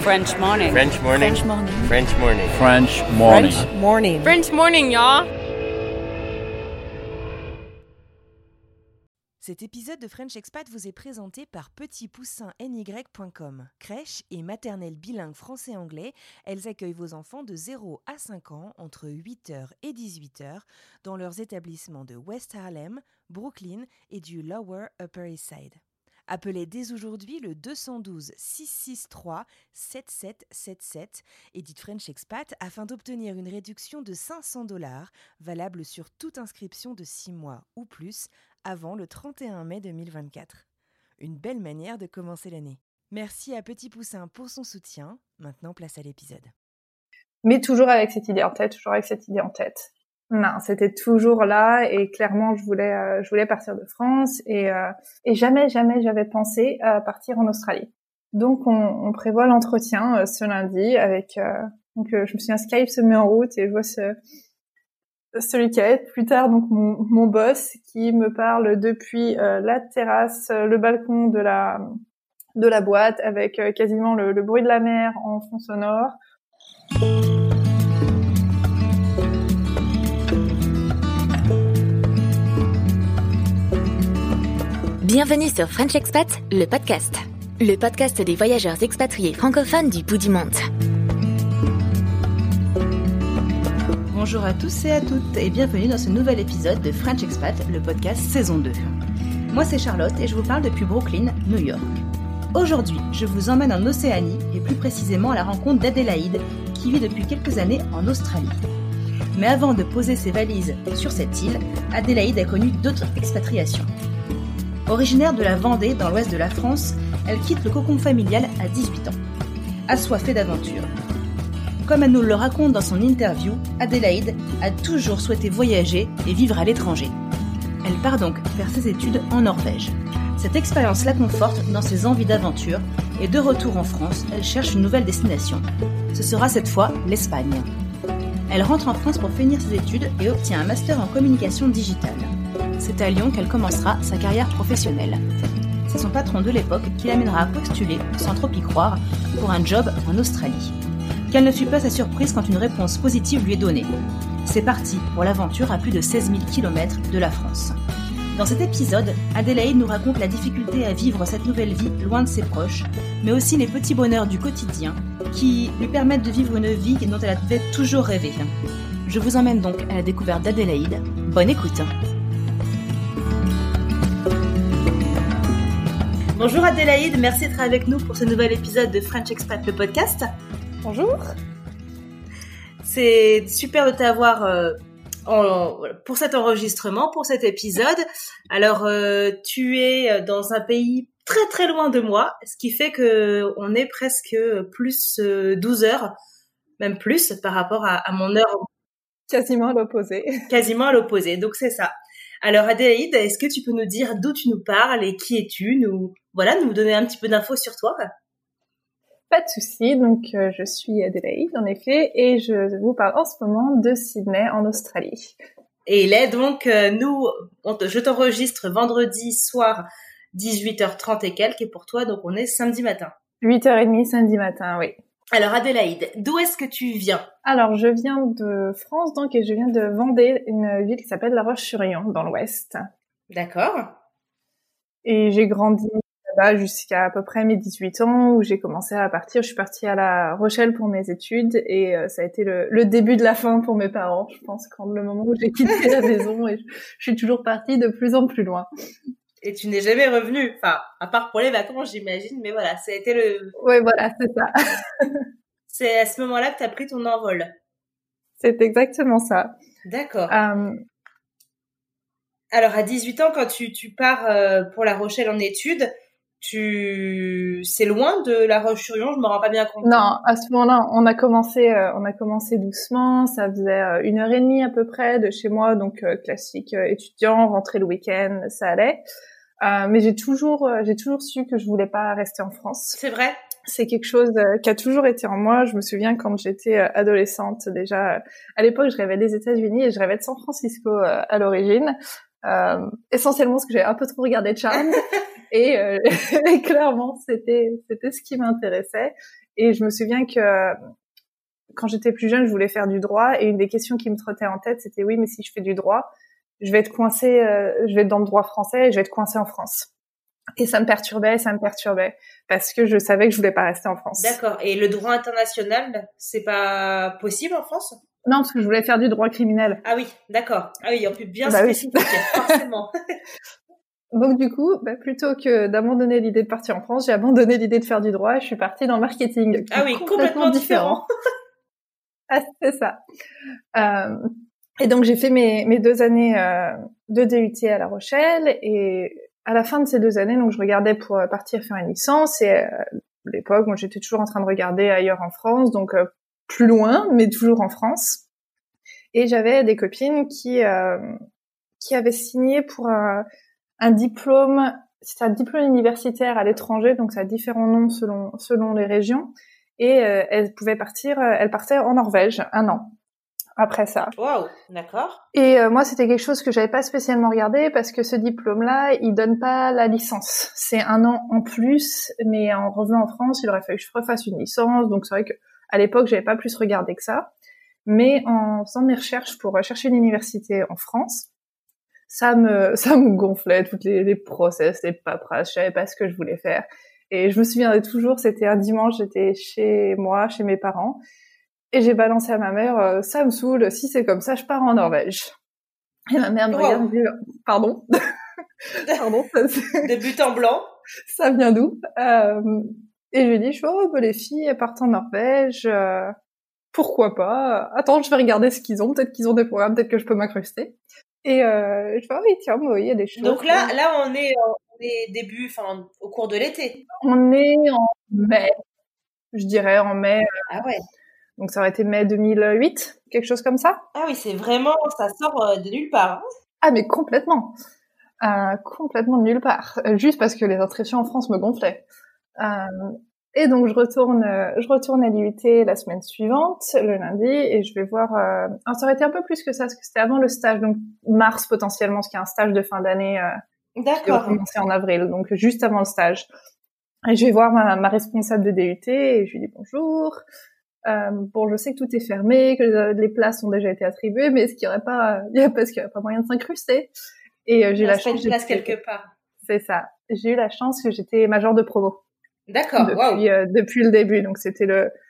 French morning. French morning. French morning. French morning. French morning. French morning. French morning, y'all. Cet épisode de French Expat vous est présenté par petitpoussinny.com. Crèche et maternelle bilingue français-anglais, elles accueillent vos enfants de 0 à 5 ans entre 8h et 18h dans leurs établissements de West Harlem, Brooklyn et du Lower Upper East Side. Appelez dès aujourd'hui le 212 663 7777 et dites French Expat afin d'obtenir une réduction de $500 valable sur toute inscription de 6 mois ou plus avant le 31 mai 2024. Une belle manière de commencer l'année. Merci à Petit Poussin pour son soutien. Maintenant, place à l'épisode. Mais toujours avec cette idée en tête, Non, c'était toujours là et clairement je voulais partir de France et jamais j'avais pensé à partir en Australie. Donc on prévoit l'entretien ce lundi avec je me souviens Skype se met en route et je vois celui qui va être plus tard donc mon boss qui me parle depuis la terrasse, le balcon de la boîte avec quasiment le bruit de la mer en fond sonore. Bienvenue sur French Expat, le podcast. Le podcast des voyageurs expatriés francophones du bout du monde. Bonjour à tous et à toutes et bienvenue dans ce nouvel épisode de French Expat, le podcast saison 2. Moi c'est Charlotte et je vous parle depuis Brooklyn, New York. Aujourd'hui, je vous emmène en Océanie et plus précisément à la rencontre d'Adélaïde qui vit depuis quelques années en Australie. Mais avant de poser ses valises sur cette île, Adélaïde a connu d'autres expatriations. Originaire de la Vendée dans l'ouest de la France, elle quitte le cocon familial à 18 ans, assoiffée d'aventure. Comme elle nous le raconte dans son interview, Adélaïde a toujours souhaité voyager et vivre à l'étranger. Elle part donc faire ses études en Norvège. Cette expérience la conforte dans ses envies d'aventure et de retour en France, elle cherche une nouvelle destination. Ce sera cette fois l'Espagne. Elle rentre en France pour finir ses études et obtient un master en communication digitale. C'est à Lyon qu'elle commencera sa carrière professionnelle. C'est son patron de l'époque qui l'amènera à postuler, sans trop y croire, pour un job en Australie. Quelle ne fut pas sa surprise quand une réponse positive lui est donnée. C'est parti pour l'aventure à plus de 16 000 km de la France. Dans cet épisode, Adélaïde nous raconte la difficulté à vivre cette nouvelle vie loin de ses proches, mais aussi les petits bonheurs du quotidien qui lui permettent de vivre une vie dont elle avait toujours rêvé. Je vous emmène donc à la découverte d'Adélaïde. Bonne écoute. Bonjour Adélaïde, merci d'être avec nous pour ce nouvel épisode de French Expat, le podcast. Bonjour. C'est super de t'avoir pour cet enregistrement, pour cet épisode. Alors, tu es dans un pays très très loin de moi, ce qui fait que on est presque plus 12 heures, même plus par rapport à mon heure. Quasiment à l'opposé. Quasiment à l'opposé, donc c'est ça. Alors Adélaïde, est-ce que tu peux nous dire d'où tu nous parles et qui es-tu, nous donner un petit peu d'infos sur toi? Pas de souci, donc je suis Adélaïde en effet et je vous parle en ce moment de Sydney en Australie. Et il est donc, je t'enregistre vendredi soir 18h30 et quelques et pour toi donc on est samedi matin. 8h30 samedi matin, oui. Alors Adélaïde, d'où est-ce que tu viens? Alors je viens de France donc et je viens de Vendée, une ville qui s'appelle La Roche-sur-Yon dans l'ouest. D'accord. Et j'ai grandi là-bas jusqu'à peu près mes 18 ans où j'ai commencé à partir. Je suis partie à La Rochelle pour mes études et ça a été le début de la fin pour mes parents. Je pense quand le moment où j'ai quitté la maison et je suis toujours partie de plus en plus loin. Et tu n'es jamais revenue, enfin, à part pour les vacances, j'imagine, mais voilà, ça a été Oui, voilà, c'est ça. C'est à ce moment-là que tu as pris ton envol. C'est exactement ça. D'accord. Alors, à 18 ans, quand tu pars pour La Rochelle en études, c'est loin de La Roche-sur-Yon, je me rends pas bien compte. Non, à ce moment-là, on a commencé doucement. Ça faisait 1h30 à peu près de chez moi, donc classique étudiant, rentrer le week-end, ça allait. Mais j'ai toujours su que je voulais pas rester en France. C'est vrai. C'est quelque chose qui a toujours été en moi. Je me souviens quand j'étais adolescente, déjà à l'époque, je rêvais des États-Unis et je rêvais de San Francisco à l'origine. Essentiellement parce que j'avais un peu trop regardé Charmed et clairement c'était ce qui m'intéressait. Et je me souviens que quand j'étais plus jeune, je voulais faire du droit, et une des questions qui me trottait en tête, c'était oui, mais si je fais du droit, je vais être coincée, je vais être dans le droit français et je vais être coincée en France. Et ça me perturbait, parce que je savais que je voulais pas rester en France. D'accord. Et le droit international, c'est pas possible en France? Non, parce que je voulais faire du droit criminel. Ah oui, d'accord. Ah oui, on peut bien spécifier, forcément. Donc du coup, plutôt que d'abandonner l'idée de partir en France, j'ai abandonné l'idée de faire du droit et je suis partie dans le marketing. Ah oui, complètement différent. Ah, c'est ça. Et donc j'ai fait mes 2 années de DUT à La Rochelle, et à la fin de ces 2 années, donc je regardais pour partir faire une licence, et à l'époque, moi j'étais toujours en train de regarder ailleurs en France, donc plus loin, mais toujours en France. Et j'avais des copines qui avaient signé pour un diplôme, c'est un diplôme universitaire à l'étranger, donc ça a différents noms selon les régions. Et elles partaient en Norvège 1 an après ça. Waouh, d'accord. Et moi, c'était quelque chose que j'avais pas spécialement regardé, parce que ce diplôme-là, il donne pas la licence. C'est 1 an en plus, mais en revenant en France, il aurait fallu que je refasse une licence. Donc c'est vrai que à l'époque, j'avais pas plus regardé que ça. Mais en faisant mes recherches pour chercher une université en France, ça me gonflait, toutes les process, les paperasses, je savais pas ce que je voulais faire. Et je me souviendrai toujours, c'était un dimanche, j'étais chez mes parents, et j'ai balancé à ma mère, ça me saoule, si c'est comme ça, je pars en Norvège. Et ma mère me regarde et dit, pardon? Pardon? De but en blanc. Ça vient d'où? Et je lui dis, les filles, elles partent en Norvège, pourquoi pas? Attends, je vais regarder ce qu'ils ont, peut-être qu'ils ont des programmes, peut-être que je peux m'incruster. Et je fais, oui, tiens, moi, il y a des choses. Donc là, on est début, au cours de l'été. On est en mai, je dirais, en mai. Ah ouais. Donc ça aurait été mai 2008, quelque chose comme ça. Ah oui, c'est vraiment, ça sort de nulle part. Ah mais complètement. Complètement de nulle part. Juste parce que les inscriptions en France me gonflaient. Et donc je retourne à l'IUT la semaine suivante, le lundi, et je vais voir. Alors ça aurait été un peu plus que ça, parce que c'était avant le stage, donc mars potentiellement, parce qu'il y a un stage de fin d'année qui va commencer en avril, donc juste avant le stage. Et je vais voir ma responsable de DUT et je lui dis bonjour. Je sais que tout est fermé, que les places ont déjà été attribuées, mais est-ce qu'il y aurait pas moyen de s'incruster? Et j'ai la chance. Une place quelque part. C'est ça. J'ai eu la chance que j'étais major de promo. D'accord. Depuis le début. Donc c'était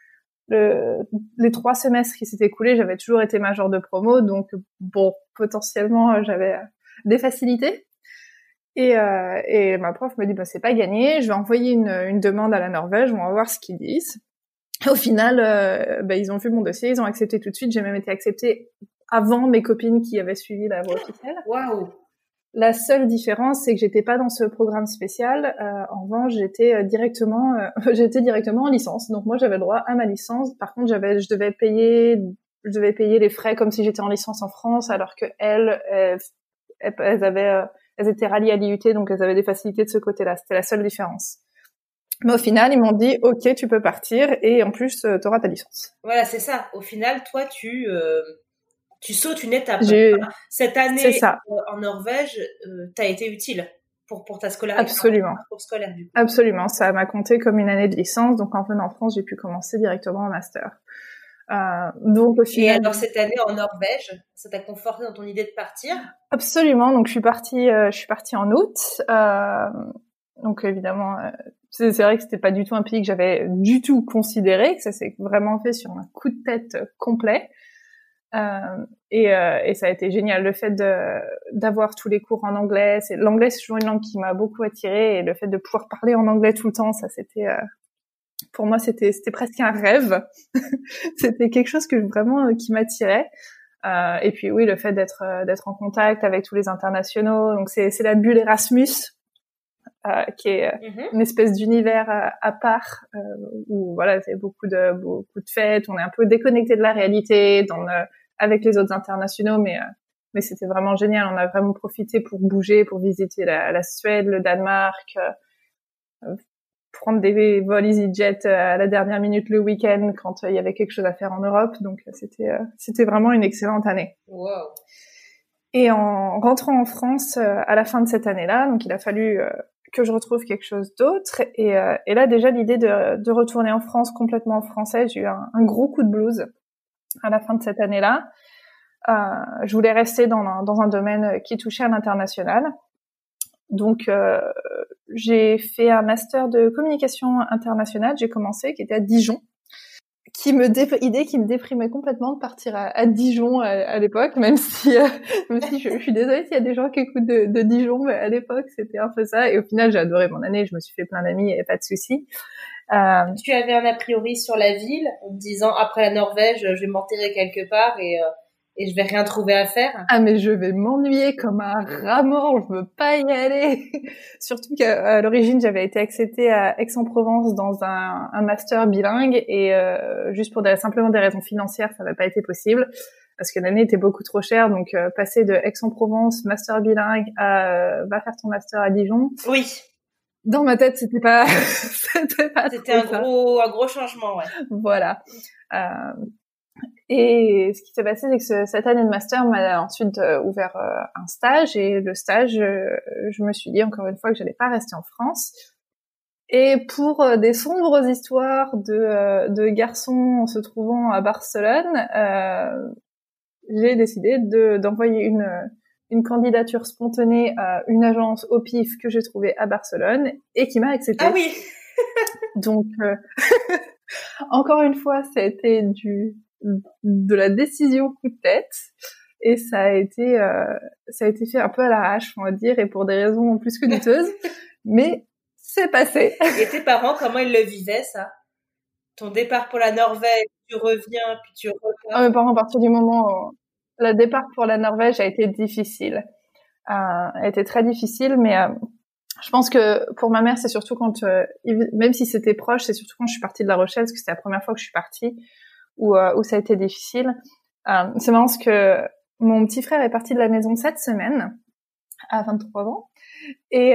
les 3 semestres qui s'étaient écoulés, j'avais toujours été major de promo, donc potentiellement j'avais des facilités. Et ma prof me dit c'est pas gagné, je vais envoyer une demande à la Norvège, on va voir ce qu'ils disent. Au final, ils ont vu mon dossier, ils ont accepté tout de suite. J'ai même été acceptée avant mes copines qui avaient suivi la voie officielle. Waouh. La seule différence, c'est que j'étais pas dans ce programme spécial. En revanche, j'étais directement en licence. Donc moi, j'avais le droit à ma licence. Par contre, je devais payer les frais comme si j'étais en licence en France, alors que elles étaient ralliées à l'IUT, donc elles avaient des facilités de ce côté-là. C'était la seule différence. Mais au final, ils m'ont dit, OK, tu peux partir, et en plus, t'auras ta licence. Voilà, c'est ça. Au final, toi, tu sautes une étape. Cette année en Norvège, t'as été utile pour ta scolarité. Absolument. Pour scolaire, du coup. Absolument. Ça m'a compté comme une année de licence. Donc, en venant en France, j'ai pu commencer directement en master. Donc, au final. Et alors, cette année en Norvège, ça t'a conforté dans ton idée de partir? Absolument. Donc, je suis partie en août. Donc, évidemment, c'est vrai que c'était pas du tout un pays que j'avais du tout considéré, que ça s'est vraiment fait sur un coup de tête complet. Et ça a été génial, le fait d'avoir tous les cours en anglais. L'anglais, c'est toujours une langue qui m'a beaucoup attirée, et le fait de pouvoir parler en anglais tout le temps, ça c'était pour moi c'était presque un rêve. C'était quelque chose qui m'attirait. Et puis oui, le fait d'être en contact avec tous les internationaux, donc c'est la bulle Erasmus. Qui est une espèce d'univers à part où voilà, c'est beaucoup de fêtes, on est un peu déconnecté de la réalité avec les autres internationaux, mais c'était vraiment génial. On a vraiment profité pour bouger, pour visiter la Suède, le Danemark, prendre des vols EasyJet à la dernière minute le week-end quand il y avait quelque chose à faire en Europe. Donc c'était vraiment une excellente année. Wow. Et en rentrant en France à la fin de cette année-là, donc il a fallu que je retrouve quelque chose d'autre. Et là, déjà, l'idée de retourner en France complètement français, j'ai eu un gros coup de blues à la fin de cette année-là. Je voulais rester dans un domaine qui touchait à l'international. Donc, j'ai fait un master de communication internationale, j'ai commencé, qui était à Dijon, idée qui me déprimait complètement de partir à Dijon à l'époque, même si je suis désolée s'il y a des gens qui écoutent de Dijon, mais à l'époque c'était un peu ça. Et au final j'ai adoré mon année, je me suis fait plein d'amis, il n'y avait pas de souci. Tu avais un a priori sur la ville en me disant après la Norvège je vais m'enterrer quelque part et je vais rien trouver à faire. Ah mais je vais m'ennuyer comme un rat mort, je veux pas y aller. Surtout qu'à l'origine j'avais été acceptée à Aix-en-Provence dans un master bilingue et juste pour simplement des raisons financières ça n'avait pas été possible parce que l'année était beaucoup trop chère. Donc passer de Aix-en-Provence master bilingue à va faire ton master à Dijon. Oui. Dans ma tête c'était pas c'était un gros changement, ouais. Voilà. Et ce qui s'est passé, c'est que cette année de master m'a ensuite ouvert un stage. Et le stage, je me suis dit encore une fois que j'allais pas rester en France. Et pour des sombres histoires de garçons se trouvant à Barcelone, j'ai décidé d'envoyer une candidature spontanée à une agence au pif que j'ai trouvée à Barcelone et qui m'a acceptée. Ah oui. Donc, encore une fois, ça a été de la décision coup de tête et ça a été fait un peu à l'arrache, on va dire, et pour des raisons plus que douteuses, mais c'est passé. Et tes parents, comment ils le vivaient, ça? Ton départ pour la Norvège, tu reviens, puis tu reviens. Mes parents, à partir du moment où le départ pour la Norvège a été difficile, a été très difficile, mais je pense que pour ma mère, c'est surtout quand, même si c'était proche, c'est surtout quand je suis partie de La Rochelle, parce que c'était la première fois que je suis partie, où ça a été difficile. C'est marrant parce que mon petit frère est parti de la maison 7 semaines, à 23 ans, et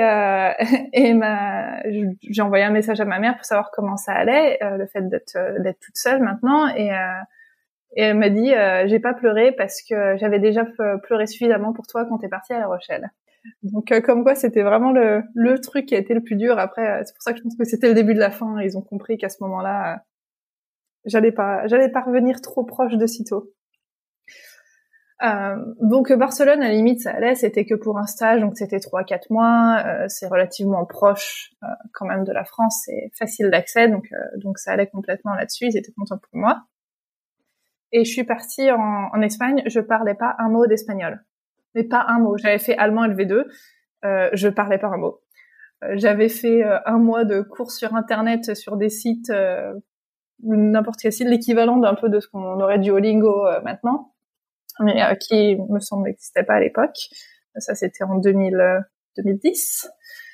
j'ai envoyé un message à ma mère pour savoir comment ça allait, le fait d'être toute seule maintenant, et elle m'a dit j'ai pas pleuré parce que j'avais déjà pleuré suffisamment pour toi quand t'es partie à La Rochelle. Donc comme quoi c'était vraiment le truc qui a été le plus dur. Après c'est pour ça que je pense que c'était le début de la fin. Ils ont compris qu'à ce moment-là j'allais pas revenir trop proche de sitôt. Donc Barcelone à la limite ça allait, c'était que pour un stage, donc c'était 3-4 mois, c'est relativement proche quand même de la France, c'est facile d'accès, donc ça allait complètement là-dessus, ils étaient contents pour moi. Et je suis partie en Espagne, je parlais pas un mot d'espagnol. Mais pas un mot. J'avais fait allemand LV2, je parlais pas un mot. J'avais fait un mois de cours sur Internet sur des sites, n'importe quel site, l'équivalent d'un peu de ce qu'on aurait Duolingo maintenant, mais qui me semble n'existait pas à l'époque. Ça, c'était en 2010.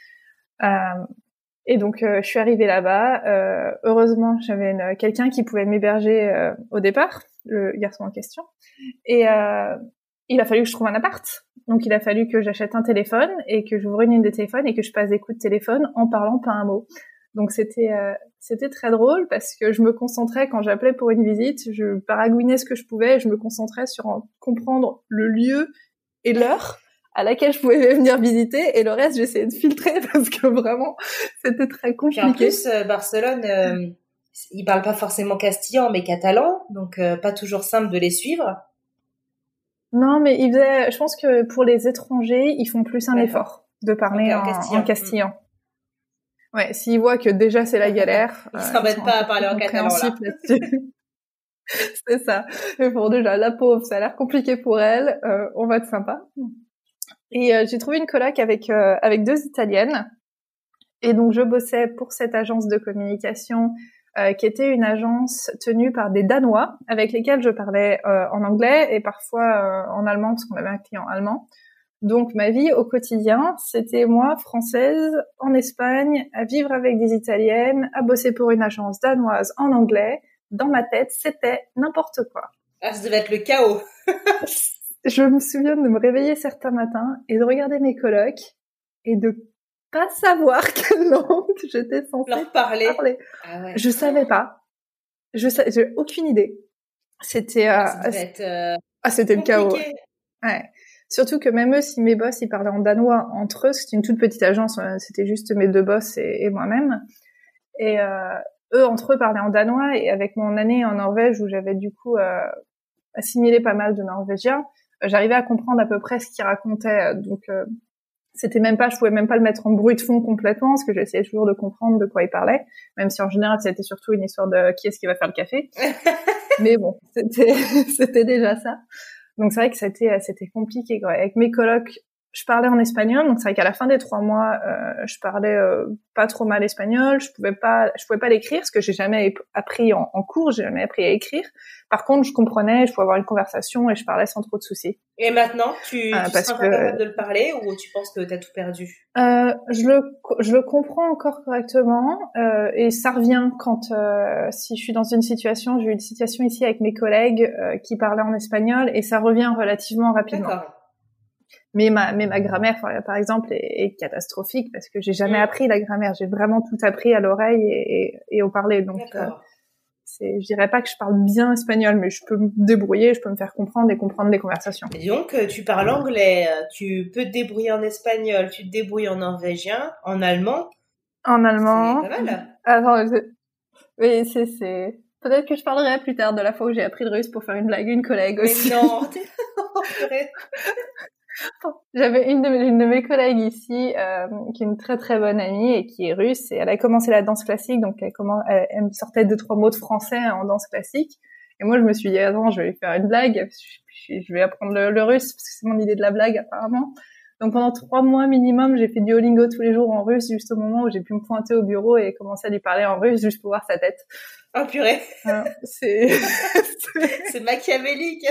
Et donc, je suis arrivée là-bas. Heureusement, j'avais quelqu'un qui pouvait m'héberger au départ, le garçon en question. Et il a fallu que je trouve un appart. Donc, il a fallu que j'achète un téléphone et que j'ouvre une ligne de téléphone et que je passe des coups de téléphone en parlant pas un mot. Donc, c'était très drôle parce que je me concentrais quand j'appelais pour une visite. Je paragouinais ce que je pouvais et je me concentrais sur comprendre le lieu et l'heure à laquelle je pouvais venir visiter, et le reste j'essayais de filtrer parce que vraiment c'était très compliqué. Puis en plus Barcelone ils parlent pas forcément castillan mais catalan, donc pas toujours simple de les suivre. Non, mais je pense que pour les étrangers ils font plus un effort de parler en castillan. Ouais, s'ils voient que déjà c'est la galère, ils s'embêtent pas à parler en catalan là. C'est ça. Mais bon, déjà la pauvre, ça a l'air compliqué pour elle, on va être sympa. Et j'ai trouvé une coloc avec 2 Italiennes. Et donc, je bossais pour cette agence de communication qui était une agence tenue par des Danois avec lesquels je parlais en anglais et parfois en allemand parce qu'on avait un client allemand. Donc, ma vie au quotidien, c'était moi, française, en Espagne, à vivre avec des Italiennes, à bosser pour une agence danoise en anglais. Dans ma tête, c'était n'importe quoi. Ah, ça devait être le chaos. Je me souviens de me réveiller certains matins et de regarder mes colocs et de pas savoir quelle langue j'étais censée leur parler. Ah ouais. Je savais pas. J'ai aucune idée. C'était ça devait être c'était compliqué. Le chaos. Ouais. Surtout que même eux, si mes boss, ils parlaient en danois entre eux, c'était une toute petite agence, c'était juste mes 2 boss et moi-même. Et eux, entre eux, parlaient en danois. Et avec mon année en Norvège, où j'avais du coup assimilé pas mal de Norvégiens, j'arrivais à comprendre à peu près ce qu'ils racontaient. Donc, c'était même pas, je pouvais même pas le mettre en bruit de fond complètement, parce que j'essayais toujours de comprendre de quoi ils parlaient, même si en général, c'était surtout une histoire de qui est-ce qui va faire le café. Mais bon, c'était déjà ça. Donc c'est vrai que c'était compliqué, quoi. Avec mes colocs, je parlais en espagnol, donc c'est vrai qu'à la fin des 3 mois, je parlais pas trop mal espagnol. Je pouvais pas l'écrire, parce que j'ai jamais appris en cours, j'ai jamais appris à écrire. Par contre, je comprenais, je pouvais avoir une conversation et je parlais sans trop de soucis. Et maintenant, tu seras capable de le parler, ou tu penses que t'as tout perdu? Je le comprends encore correctement, et ça revient quand si je suis dans une situation, j'ai eu une situation ici avec mes collègues qui parlaient en espagnol, et ça revient relativement rapidement. D'accord. Mais ma grammaire, par exemple, est catastrophique, parce que j'ai jamais appris la grammaire. J'ai vraiment tout appris à l'oreille et au parler. Donc, je dirais pas que je parle bien espagnol, mais je peux me débrouiller, je peux me faire comprendre et comprendre les conversations. Et donc, tu parles anglais, tu peux te débrouiller en espagnol, tu te débrouilles en norvégien, en allemand. En allemand. C'est pas mal. Attends, oui, c'est... Peut-être que je parlerai plus tard de la fois où j'ai appris le russe pour faire une blague, une collègue aussi. Mais non, J'avais une de mes collègues ici qui est une très très bonne amie et qui est russe, et elle a commencé la danse classique, donc elle me sortait 2-3 mots de français en danse classique, et moi je me suis dit attends, je vais lui faire une blague, je vais apprendre le russe parce que c'est mon idée de la blague apparemment. Donc pendant 3 mois minimum, j'ai fait Duolingo tous les jours en russe, juste au moment où j'ai pu me pointer au bureau et commencer à lui parler en russe juste pour voir sa tête. Oh purée. C'est machiavélique.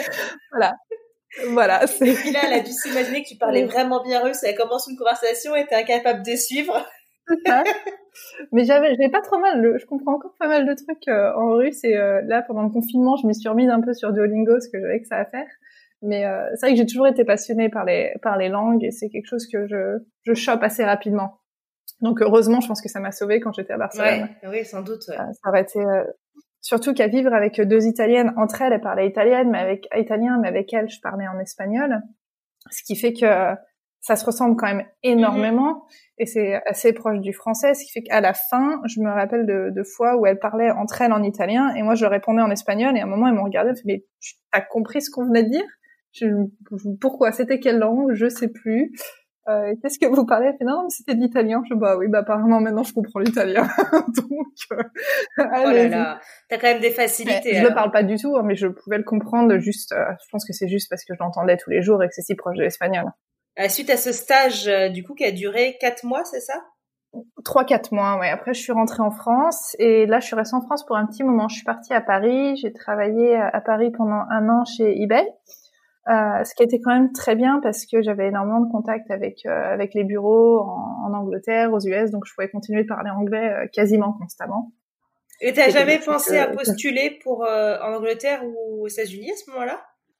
Voilà. Et puis là, elle a dû s'imaginer que tu parlais vraiment bien russe, elle commence une conversation et t'es incapable de suivre. C'est ça. Mais j'ai pas trop mal, je comprends encore pas mal de trucs en russe, et là, pendant le confinement, je m'y suis remise un peu sur Duolingo, parce que j'avais que ça à faire. Mais c'est vrai que j'ai toujours été passionnée par les langues, et c'est quelque chose que je chope assez rapidement. Donc heureusement, je pense que ça m'a sauvée quand j'étais à Barcelone. Ouais, oui, sans doute. Ouais. Ça aurait été... Surtout qu'à vivre avec 2 Italiennes, entre elles parlaient italien, mais avec elles, je parlais en espagnol. Ce qui fait que ça se ressemble quand même énormément, et c'est assez proche du français, ce qui fait qu'à la fin, je me rappelle de fois où elles parlaient entre elles en italien, et moi je répondais en espagnol, et à un moment elles m'ont regardé, elles m'ont fait, mais t'as compris ce qu'on venait de dire? Pourquoi? C'était quelle langue? Je sais plus. Qu'est-ce que vous parlez? Elle fait, non, mais c'était de l'italien. Bah oui, apparemment maintenant je comprends l'italien. Donc, oh là là, t'as quand même des facilités. Je le parle pas du tout, mais je pouvais le comprendre juste, je pense que c'est juste parce que je l'entendais tous les jours et que c'est si proche de l'espagnol. Suite à ce stage, du coup, qui a duré 4 mois, c'est ça? 3-4 mois, ouais. Après, je suis rentrée en France, et là, je suis restée en France pour un petit moment. Je suis partie à Paris, j'ai travaillé à Paris pendant 1 an chez eBay. Ce qui était quand même très bien, parce que j'avais énormément de contacts avec les bureaux en Angleterre, aux US, donc je pouvais continuer de parler anglais quasiment constamment. Et t'as jamais pensé à postuler pour en Angleterre ou aux États-Unis à ce moment-là?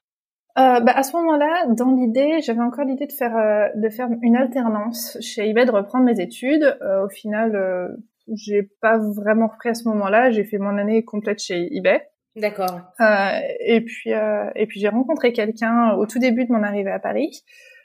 À ce moment-là, dans l'idée, j'avais encore l'idée de faire une alternance chez eBay, de reprendre mes études. Au final, j'ai pas vraiment repris à ce moment-là. J'ai fait mon année complète chez eBay. D'accord. Et puis j'ai rencontré quelqu'un au tout début de mon arrivée à Paris.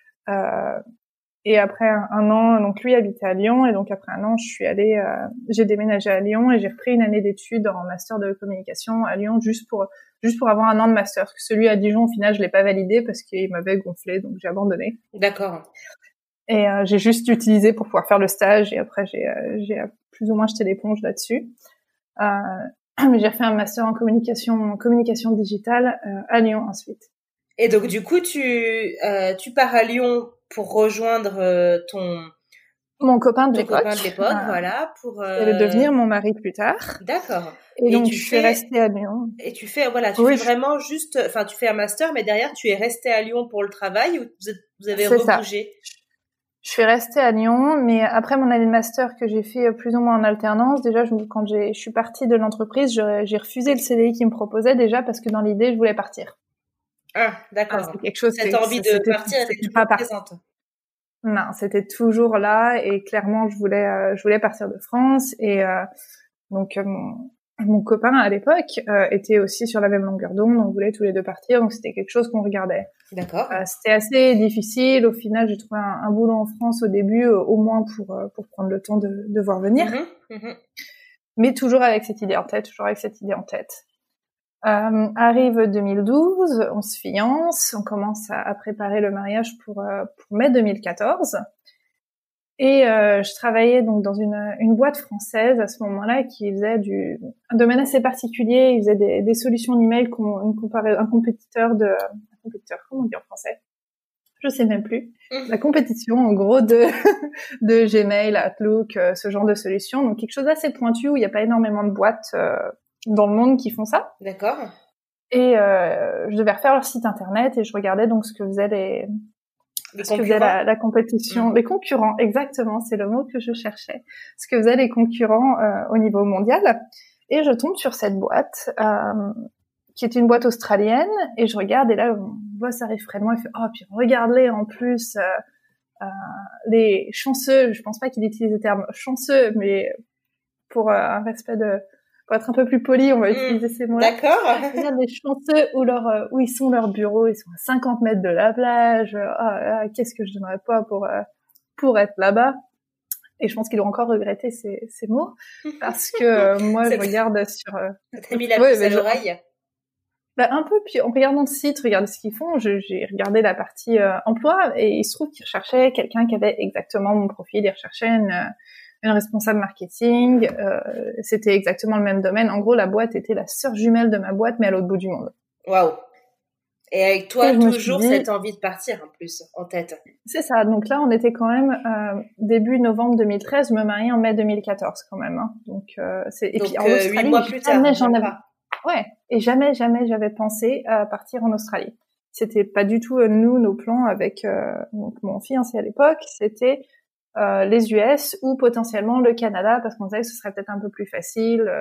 Et après 1 an, donc lui habitait à Lyon, et donc après 1 an, j'ai déménagé à Lyon, et j'ai repris une année d'études en master de communication à Lyon, juste pour avoir 1 an de master, parce que celui à Dijon, au final, je l'ai pas validé parce qu'il m'avait gonflé, donc j'ai abandonné. D'accord. Et j'ai juste utilisé pour pouvoir faire le stage, et après j'ai plus ou moins jeté l'éponge là-dessus. Mais j'ai refait un master en communication digitale à Lyon ensuite. Et donc du coup, tu pars à Lyon pour rejoindre mon copain de l'époque, voilà, pour devenir mon mari plus tard. D'accord. Et donc je suis restée à Lyon. Et tu fais vraiment juste, enfin tu fais un master, mais derrière tu es restée à Lyon pour le travail, ou vous avez rebougé? Je suis restée à Lyon, mais après mon année de master que j'ai fait plus ou moins en alternance, déjà quand je suis partie de l'entreprise, j'ai refusé le CDI qu'ils me proposaient, déjà parce que dans l'idée je voulais partir. Ah, d'accord. C'est quelque chose. Cette envie de partir était toujours présente. Non, c'était toujours là, et clairement je voulais partir de France, et donc Mon copain à l'époque était aussi sur la même longueur d'onde, on voulait tous les deux partir, donc c'était quelque chose qu'on regardait. D'accord. C'était assez difficile. Au final, j'ai trouvé un boulot en France au début, au moins pour prendre le temps de voir venir. Mais toujours avec cette idée en tête, Arrive 2012, on se fiance, on commence à préparer le mariage pour mai 2014. Et je travaillais donc dans une boîte française à ce moment-là qui faisait un domaine assez particulier. Ils faisaient des solutions d'email, un compétiteur, comment on dit en français? Je sais même plus. La compétition, en gros, de Gmail, Outlook, ce genre de solutions. Donc quelque chose d'assez pointu où il n'y a pas énormément de boîtes dans le monde qui font ça. D'accord. Et je devais refaire leur site internet et je regardais donc ce que faisaient la compétition, les concurrents, exactement, c'est le mot que je cherchais. Ce que faisaient les concurrents au niveau mondial. Et je tombe sur cette boîte, qui est une boîte australienne, et je regarde, et là, mon boss arrive près de moi, il fait « Oh, puis regarde-les en plus, les chanceux », je pense pas qu'il utilise le terme chanceux, mais pour un respect pour être un peu plus poli, on va utiliser ces mots-là. D'accord. Regarde les chanceux où ils sont leurs bureaux, ils sont à 50 mètres de la plage. Qu'est-ce que je donnerais pas pour être là-bas. Et je pense qu'ils ont encore regretté ces mots, parce que moi, je regarde sur... Ça t'a mis la puce à l'oreille. Un peu, puis en regardant le site, regarder ce qu'ils font, j'ai regardé la partie emploi, et il se trouve qu'ils recherchaient quelqu'un qui avait exactement mon profil. Ils recherchaient une responsable marketing, c'était exactement le même domaine. En gros, la boîte était la sœur jumelle de ma boîte, mais à l'autre bout du monde. Waouh. Et avec toi, toujours cette envie de partir, en plus, en tête. C'est ça. Donc là, on était quand même début novembre 2013, je me mariais en mai 2014 quand même. Hein. Donc, et puis en Australie, 8 mois plus tard, Ouais. Et jamais j'avais pensé à partir en Australie. C'était pas du tout nos plans avec mon fiancé à l'époque. C'était les US ou potentiellement le Canada, parce qu'on savait que ce serait peut-être un peu plus facile.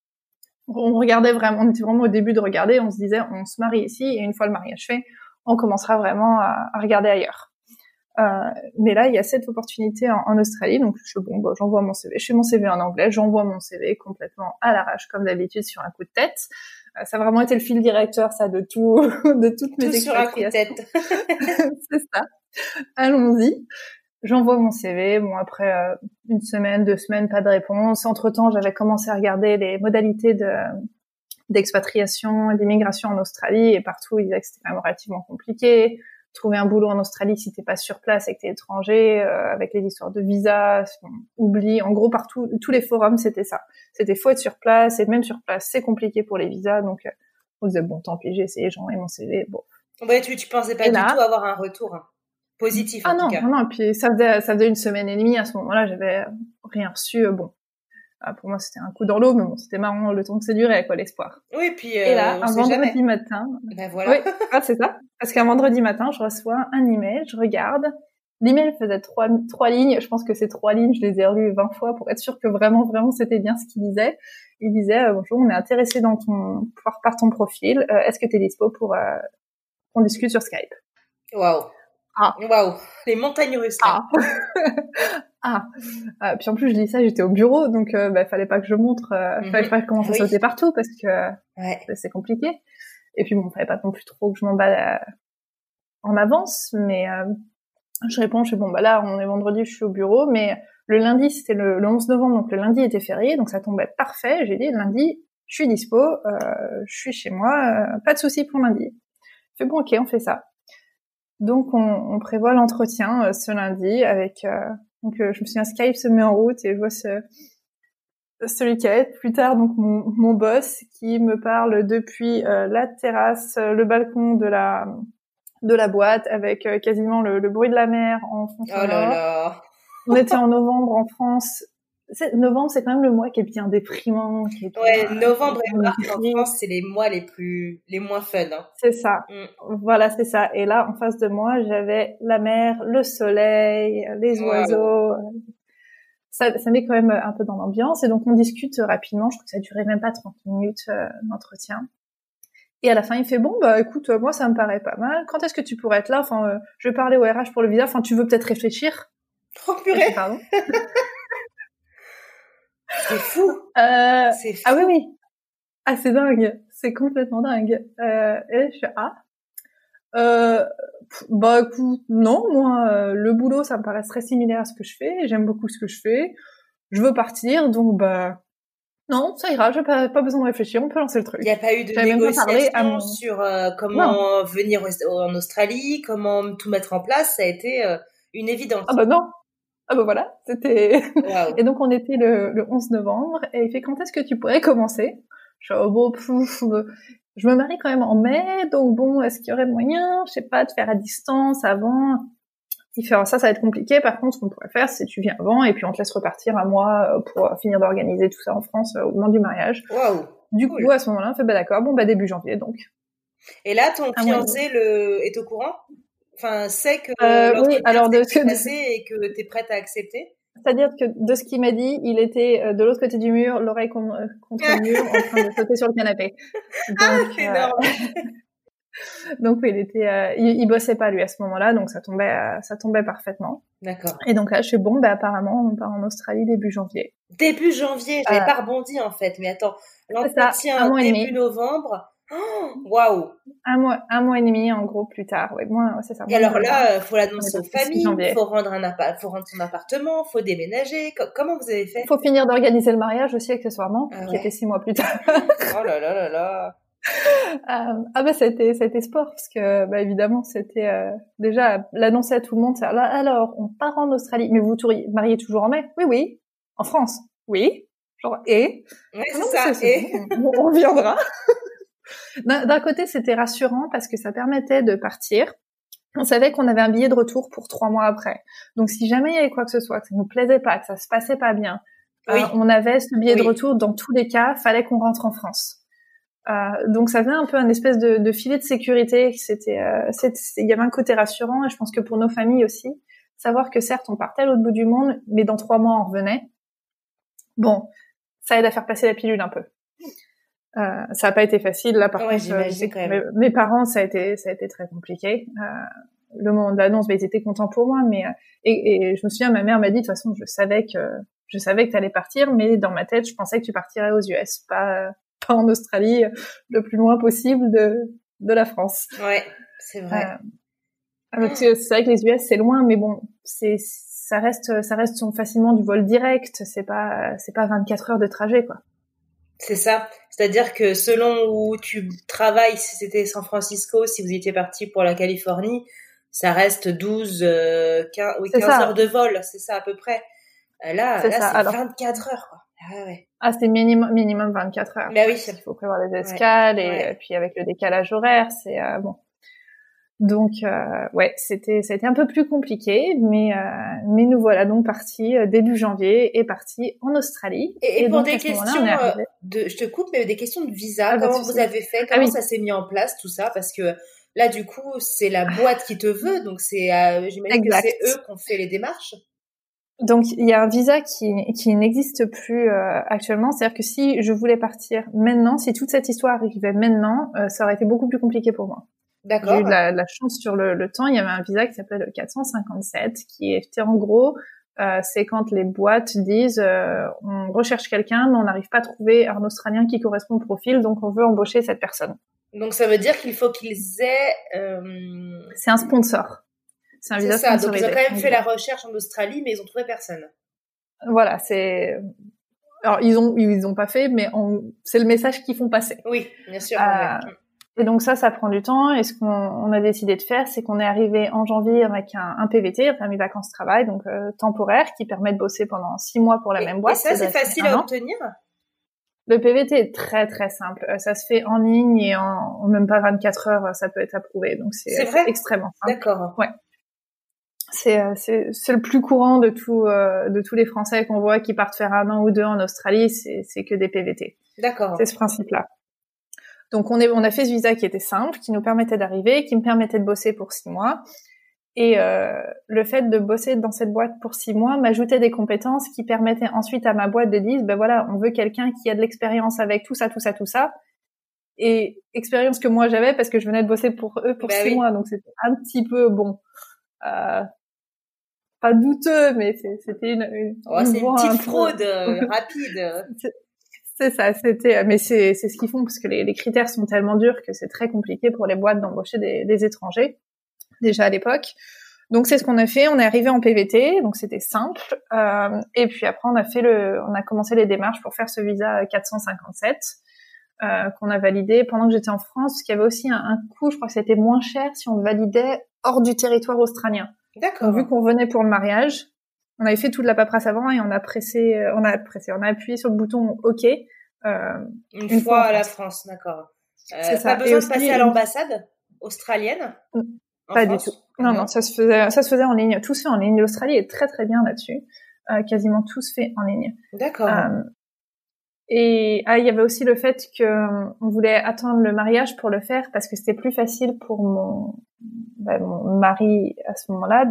On était vraiment au début de regarder, on se disait on se marie ici, et une fois le mariage fait, on commencera vraiment à regarder ailleurs. Mais là, il y a cette opportunité en Australie, donc j'envoie mon CV. Je fais mon CV en anglais, j'envoie mon CV complètement à l'arrache, comme d'habitude, sur un coup de tête. Ça a vraiment été le fil directeur, ça, de toutes mes expatriations. Tout sur un coup de tête. C'est ça. Allons-y. J'envoie mon CV. Bon, après une semaine, 2 semaines, pas de réponse. Entre-temps, j'avais commencé à regarder les modalités d'expatriation et d'immigration en Australie, et partout, ils disaient que c'était quand même relativement compliqué. Trouver un boulot en Australie si t'es pas sur place et que t'es étranger, avec les histoires de visa, oublie. En gros, partout, tous les forums, c'était ça. C'était faut être sur place, et même sur place, c'est compliqué pour les visas. Donc, on disait bon, tant pis, j'ai essayé, j'ai envoyé mon CV. Bon. Ouais, tu pensais pas du tout avoir un retour positif en tout cas. Non. Puis ça faisait 1 semaine et demie à ce moment-là, j'avais rien reçu. Bon. Pour moi, c'était un coup dans l'eau, mais bon, c'était marrant le temps que ça durait, quoi, l'espoir. Oui, puis et là, un vendredi matin. Ben voilà. Oui, c'est ça. Parce qu'un vendredi matin, je reçois un email, je regarde. L'email faisait 3 lignes. Je pense que ces 3 lignes, je les ai relues 20 fois pour être sûre que vraiment, c'était bien ce qu'il disait. Il disait, bonjour, on est intéressé par ton profil. Est-ce que t'es dispo pour qu'on discute sur Skype? Waouh. Waouh, les montagnes russes. Puis en plus je dis ça, j'étais au bureau, donc fallait pas que je montre, fallait pas que je commence à sauter partout, parce que c'est compliqué. Et puis bon, fallait pas non plus trop que je m'emballe en avance, mais je réponds, je fais bon là on est vendredi, je suis au bureau, mais le lundi c'était le 11 novembre, donc le lundi était férié, donc ça tombait parfait. J'ai dit lundi je suis dispo, je suis chez moi, pas de souci pour lundi. Je fais bon, ok, on fait ça. Donc on prévoit l'entretien ce lundi avec donc je me souviens, Skype se met en route, et je vois celui qui allait être plus tard, donc mon boss, qui me parle depuis la terrasse, le balcon de la boîte, avec quasiment le bruit de la mer en fond sonore. Oh là là. On était en novembre en France. Novembre, c'est quand même le mois qui est bien déprimant. Novembre et mars en France, c'est les mois les moins fun. Hein. C'est ça. Voilà, c'est ça. Et là, en face de moi, j'avais la mer, le soleil, les oiseaux. Ça met quand même un peu dans l'ambiance. Et donc, on discute rapidement. Je crois que ça durait même pas 30 minutes, l'entretien. Et à la fin, il fait bon, écoute, moi, ça me paraît pas mal. Quand est-ce que tu pourrais être là? Enfin, je vais parler au RH pour le visa. Enfin, tu veux peut-être réfléchir? Oh, purée. Pardon. C'est fou. C'est fou. Ah oui. ah, c'est dingue, c'est complètement dingue. Et je suis bah écoute, non, moi, le boulot, ça me paraît très similaire à ce que je fais. J'aime beaucoup ce que je fais. Je veux partir, donc bah non, ça ira. J'ai pas besoin de réfléchir. On peut lancer le truc. Il n'y a pas eu de J'avais même pas parlé à négociation mon... sur comment venir en Australie, comment tout mettre en place. Ça a été une évidence. Ah bah non. Ah bah voilà, c'était... Wow. Et donc on était le 11 novembre et il fait quand est-ce que tu pourrais commencer? Je suis bon, je me marie quand même en mai, donc bon, est-ce qu'il y aurait moyen, je sais pas, de faire à distance avant? Il fait ça va être compliqué. Par contre, ce qu'on pourrait faire, c'est tu viens avant et puis on te laisse repartir un mois pour finir d'organiser tout ça en France au moment du mariage. Wow. Du Cool. coup, à ce moment-là, on fait bah d'accord, bon bah début janvier donc. Et là, ton fiancé est au courant? Enfin, sait que oui, alors s'est passé et que t'es prête à accepter? C'est-à-dire que de ce qu'il m'a dit, il était de l'autre côté du mur, l'oreille contre le mur, en train de sauter sur le canapé. Donc, c'est énorme. donc oui, il bossait pas lui à ce moment-là, donc ça tombait parfaitement. D'accord. Et donc là, je suis bon, bah apparemment, on part en Australie début janvier. Début janvier, j'avais pas rebondi en fait, mais attends, l'entretien début novembre. Waouh. Un mois et demi en gros plus tard. Ouais, moi c'est ça. Et alors là, faut l'annoncer aux familles, faut rendre son appartement, faut déménager. Comment vous avez fait? Faut finir d'organiser le mariage aussi accessoirement, qui était 6 mois plus tard. Oh là là là là. Bah ça a été sport parce que bah évidemment c'était déjà l'annoncer à tout le monde. C'est alors on part en Australie, mais vous mariez toujours en mai? Oui. En France? Oui. Genre ouais, c'est ça. Et on viendra. D'un côté, c'était rassurant parce que ça permettait de partir. On savait qu'on avait un billet de retour pour 3 mois après. Donc, si jamais il y avait quoi que ce soit, que ça nous plaisait pas, que ça se passait pas bien, on avait ce billet de retour. Dans tous les cas, fallait qu'on rentre en France. Donc, ça faisait un peu un espèce de filet de sécurité. Il y avait un côté rassurant, et je pense que pour nos familles aussi, savoir que certes, on partait à l'autre bout du monde, mais dans 3 mois, on revenait. Bon, ça aide à faire passer la pilule un peu. Ça a pas été facile là par contre mes parents ça a été très compliqué le moment de l'annonce ils étaient contents pour moi mais et je me souviens ma mère m'a dit de toute façon je savais que t'allais partir mais dans ma tête je pensais que tu partirais aux US pas en Australie le plus loin possible de la France. Ouais, c'est vrai. Parce que c'est vrai que les US c'est loin mais bon ça reste facilement du vol direct, c'est pas 24 heures de trajet quoi. C'est ça. C'est-à-dire que selon où tu travailles, si c'était San Francisco, si vous étiez parti pour la Californie, ça reste 15 heures de vol. C'est ça à peu près. Là, c'est 24 heures, quoi. Ah ouais. Ah, c'était minimum 24 heures. Bah oui. Il faut prévoir les escales et puis avec le décalage horaire, c'est bon. Donc c'était un peu plus compliqué, mais nous voilà donc partis début janvier et partis en Australie. Et pour donc, des questions je te coupe, mais des questions de visa, comment vous avez fait, comment ça s'est mis en place tout ça, parce que là du coup c'est la boîte qui te veut, donc c'est j'imagine que c'est eux qui ont fait les démarches. Donc il y a un visa qui n'existe plus actuellement, c'est-à-dire que si je voulais partir maintenant, si toute cette histoire arrivait maintenant, ça aurait été beaucoup plus compliqué pour moi. D'accord. J'ai eu de la chance sur le temps. Il y avait un visa qui s'appelait le 457, qui était en gros, c'est quand les boîtes disent on recherche quelqu'un, mais on n'arrive pas à trouver un Australien qui correspond au profil, donc on veut embaucher cette personne. Donc ça veut dire qu'il faut qu'ils aient... C'est un sponsor. C'est un visa sponsorisé. Donc ils ont quand même fait la recherche en Australie, mais ils ont trouvé personne. Voilà, c'est... Alors ils ont pas fait, mais c'est le message qu'ils font passer. Oui, bien sûr. Et donc ça prend du temps. Et ce qu'on a décidé de faire, c'est qu'on est arrivé en janvier avec un PVT, un permis vacances-travail, donc temporaire, qui permet de bosser pendant 6 mois pour la même boîte. Et ça, c'est facile à obtenir? Le PVT est très très simple. Ça se fait en ligne et en même pas 24 heures, ça peut être approuvé. Donc c'est extrêmement simple. D'accord. Ouais. C'est le plus courant de tous les Français qu'on voit qui partent faire 1 an ou 2 en Australie, c'est que des PVT. D'accord. C'est ce principe-là. Donc on a fait ce visa qui était simple, qui nous permettait d'arriver, qui me permettait de bosser pour 6 mois. Et le fait de bosser dans cette boîte pour 6 mois m'ajoutait des compétences qui permettaient ensuite à ma boîte de dire, ben voilà, on veut quelqu'un qui a de l'expérience avec tout ça. Et expérience que moi j'avais parce que je venais de bosser pour eux pour 6 mois. Donc c'était un petit peu, pas douteux, mais c'était c'est une petite fraude rapide. C'est ça, mais c'est ce qu'ils font parce que les critères sont tellement durs que c'est très compliqué pour les boîtes d'embaucher des étrangers, déjà à l'époque. Donc c'est ce qu'on a fait, on est arrivé en PVT, donc c'était simple, et puis après on a commencé les démarches pour faire ce visa 457, qu'on a validé pendant que j'étais en France, parce qu'il y avait aussi un coût, je crois que c'était moins cher si on le validait hors du territoire australien. D'accord. Donc vu qu'on venait pour le mariage, on avait fait toute la paperasse avant et on a appuyé sur le bouton OK. Une fois à la France, d'accord. C'est ça. Pas besoin de passer à l'ambassade australienne? Pas du tout. Non, ça se faisait en ligne. Tout se fait en ligne. L'Australie est très très bien là-dessus. Quasiment tout se fait en ligne. D'accord. Et il y avait aussi le fait que on voulait attendre le mariage pour le faire parce que c'était plus facile pour mon mari à ce moment-là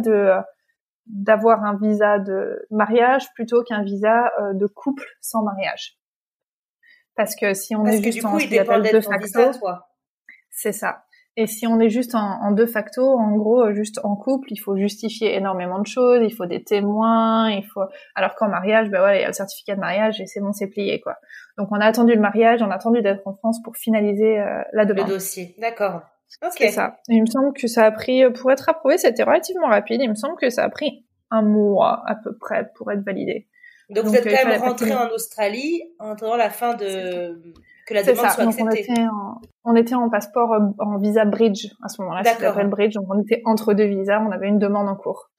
d'avoir un visa de mariage plutôt qu'un visa de couple sans mariage. Parce que si on est juste en de facto, c'est ça. Et si on est juste en de facto, en gros, juste en couple, il faut justifier énormément de choses, il faut des témoins, alors qu'en mariage, il y a le certificat de mariage et c'est bon, c'est plié, quoi. Donc on a attendu le mariage, on a attendu d'être en France pour finaliser la demande. Le dossier, d'accord. Ok. C'est ça. Et il me semble que ça a pris, pour être approuvé, c'était relativement rapide. Il me semble que ça a pris 1 mois à peu près pour être validé. Donc vous êtes quand même rentré en Australie en attendant la fin que la demande soit acceptée. On était en passeport en visa bridge à ce moment-là. Ça s'appelle bridge. Donc on était entre deux visas. On avait une demande en cours.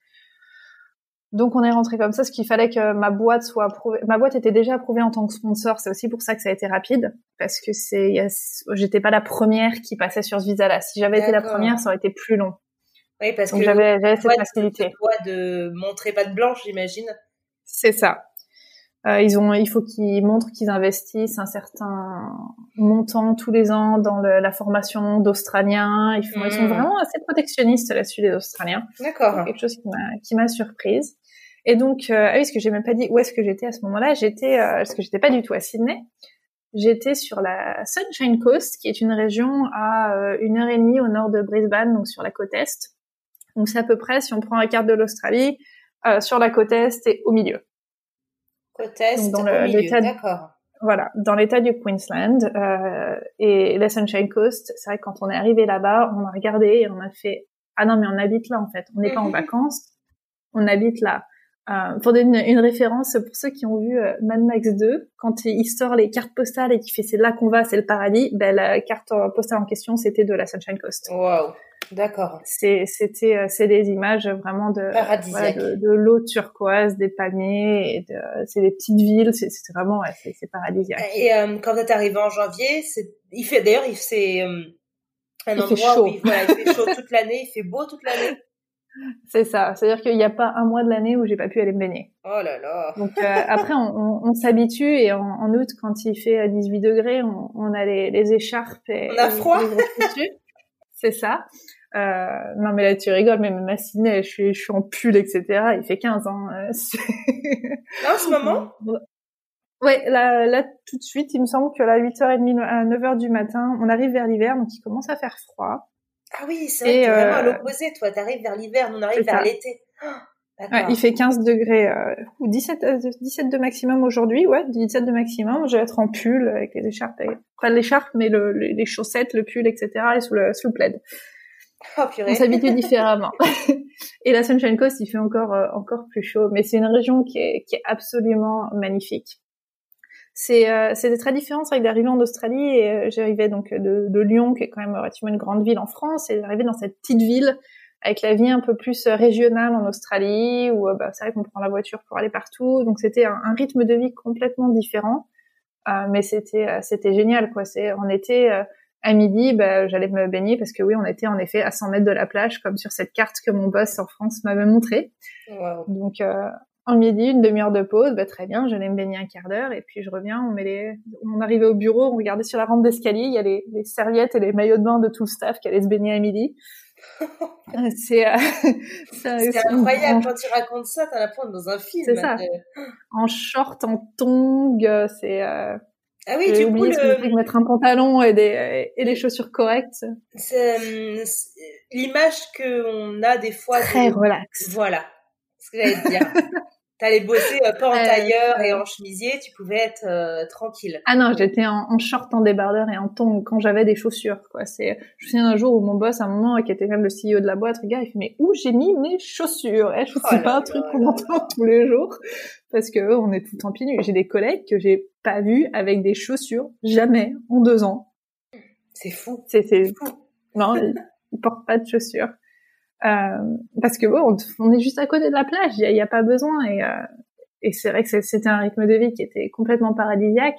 Donc on est rentré comme ça, ce qu'il fallait que ma boîte soit approuvée. Ma boîte était déjà approuvée en tant que sponsor. C'est aussi pour ça que ça a été rapide, parce que j'étais pas la première qui passait sur ce visa-là. Si j'avais été la première, ça aurait été plus long. Oui, parce donc que j'avais cette facilité. Tu dois de montrer patte blanche, j'imagine. C'est ça. Il faut qu'ils montrent qu'ils investissent un certain montant tous les ans dans la formation d'Australiens. Ils sont vraiment assez protectionnistes là-dessus, les Australiens. D'accord. C'est quelque chose qui m'a surprise. Et donc, parce que j'ai même pas dit où est-ce que j'étais à ce moment-là. Parce que j'étais pas du tout à Sydney. J'étais sur la Sunshine Coast, qui est une région à 1h30 au nord de Brisbane, donc sur la côte est. Donc c'est à peu près, si on prend la carte de l'Australie, sur la côte est et au milieu. Côte est, donc dans l'état, d'accord. Voilà, dans l'état du Queensland. Et la Sunshine Coast, c'est vrai que quand on est arrivé là-bas, on a regardé et on a fait « Ah non, mais on habite là, en fait. On n'est pas en vacances, on habite là. » Pour donner une référence, pour ceux qui ont vu Mad Max 2, quand il sort les cartes postales et qu'il fait « C'est là qu'on va, c'est le paradis », la carte postale en question, c'était de la Sunshine Coast. Wow. D'accord. C'est des images vraiment de l'eau turquoise, des palmiers, c'est des petites villes, c'est vraiment, c'est paradisiaque. Et quand vous êtes arrivé en janvier, c'est un endroit où il fait chaud toute l'année, il fait beau toute l'année. C'est ça, c'est-à-dire qu'il n'y a pas un mois de l'année où j'ai pas pu aller me baigner. Oh là là. Donc après on s'habitue et en août quand il fait 18 degrés, on a les écharpes et on a froid. C'est ça. Non mais là tu rigoles, mais même à Sydney, je suis en pull, etc. Il fait 15 ans. Là en ce moment. Ouais, là tout de suite, il me semble que là 8h30 à 9h du matin, on arrive vers l'hiver, donc il commence à faire faire froid. Ah oui, c'est vrai que t'es vraiment à l'opposé, toi. T'arrives vers l'hiver, nous on arrive vers l'été. Ouais, il fait 15 degrés ou 17 de maximum aujourd'hui, 17 de maximum. Je vais être en pull avec les écharpes, pas l'écharpe mais les chaussettes, le pull, etc. et sous le plaid. Oh, purée. On s'habitue différemment. Et la Sunshine Coast, il fait encore plus chaud, mais c'est une région qui est absolument magnifique. C'était très différent, c'est vrai que d'arriver en Australie, et j'arrivais donc de Lyon, qui est quand même relativement une grande ville en France, et d'arriver dans cette petite ville avec la vie un peu plus régionale en Australie, où c'est vrai qu'on prend la voiture pour aller partout, donc c'était un rythme de vie complètement différent, mais c'était génial, quoi. On était à midi, j'allais me baigner parce que oui, on était en effet à 100 mètres de la plage, comme sur cette carte que mon boss en France m'avait montrée. Wow. Donc en midi, une demi-heure de pause, très bien, j'allais me baigner un quart d'heure et puis je reviens, on arrivait au bureau, on regardait sur la rampe d'escalier, il y a les serviettes et les maillots de bain de tout le staff qui allaient se baigner à midi. C'est incroyable quand tu racontes ça, t'as l'impression d'être dans un film. C'est ça. En short, en tongs, c'est ah oui, du coup mettre un pantalon et des chaussures correctes. C'est l'image que on a des fois très relax. Voilà. Ce que j'allais te dire. T'allais bosser pas en tailleur et en chemisier, tu pouvais être tranquille. Ah non, j'étais en short, en débardeur et en tongs quand j'avais des chaussures, quoi. Je me souviens d'un jour où mon boss, à un moment, qui était même le CEO de la boîte, regarde, il fait, mais où j'ai mis mes chaussures? C'est pas un truc qu'on entend tous les jours. Parce que on est tout le temps pieds nus. J'ai des collègues que j'ai pas vus avec des chaussures, jamais, en 2 ans. C'est fou. C'est fou. Non, ils portent pas de chaussures. Parce que bon, on est juste à côté de la plage, il y a pas besoin et c'est vrai que c'était un rythme de vie qui était complètement paradisiaque.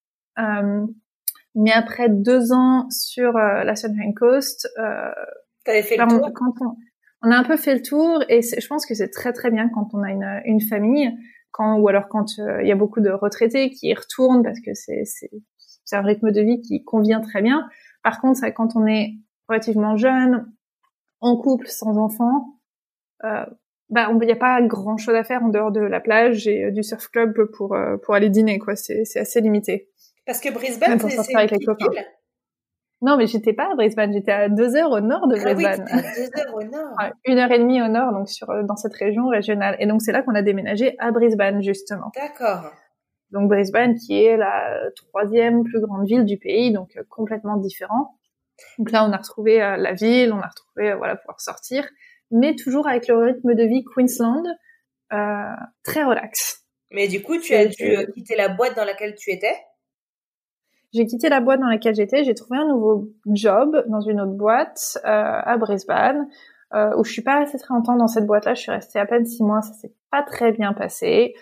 Mais après 2 ans sur la Sunshine Coast, t'avais fait le tour. Quand on a un peu fait le tour et je pense que c'est très très bien quand on a une famille, ou alors quand il y a beaucoup de retraités qui y retournent parce que c'est un rythme de vie qui convient très bien. Par contre, c'est quand on est relativement jeune, en couple, sans enfant, il y a pas grand chose à faire en dehors de la plage et du surf club pour aller dîner, quoi. C'est assez limité. Parce que Brisbane, c'est une petite ville. Non, mais j'étais pas à Brisbane, j'étais à 2 heures au nord de Brisbane. Ah oui, à 2 heures au nord. 1h30 au nord, donc dans cette région régionale. Et donc c'est là qu'on a déménagé à Brisbane, justement. D'accord. Donc Brisbane, qui est la 3e plus grande ville du pays, donc complètement différent. Donc là, on a retrouvé la ville, on a retrouvé pouvoir sortir, mais toujours avec le rythme de vie Queensland, très relax. Mais du coup, tu as dû quitter la boîte dans laquelle tu étais? J'ai quitté la boîte dans laquelle j'étais, j'ai trouvé un nouveau job dans une autre boîte à Brisbane, où je suis pas restée très longtemps dans cette boîte-là, je suis restée à peine 6 mois, ça s'est pas très bien passé.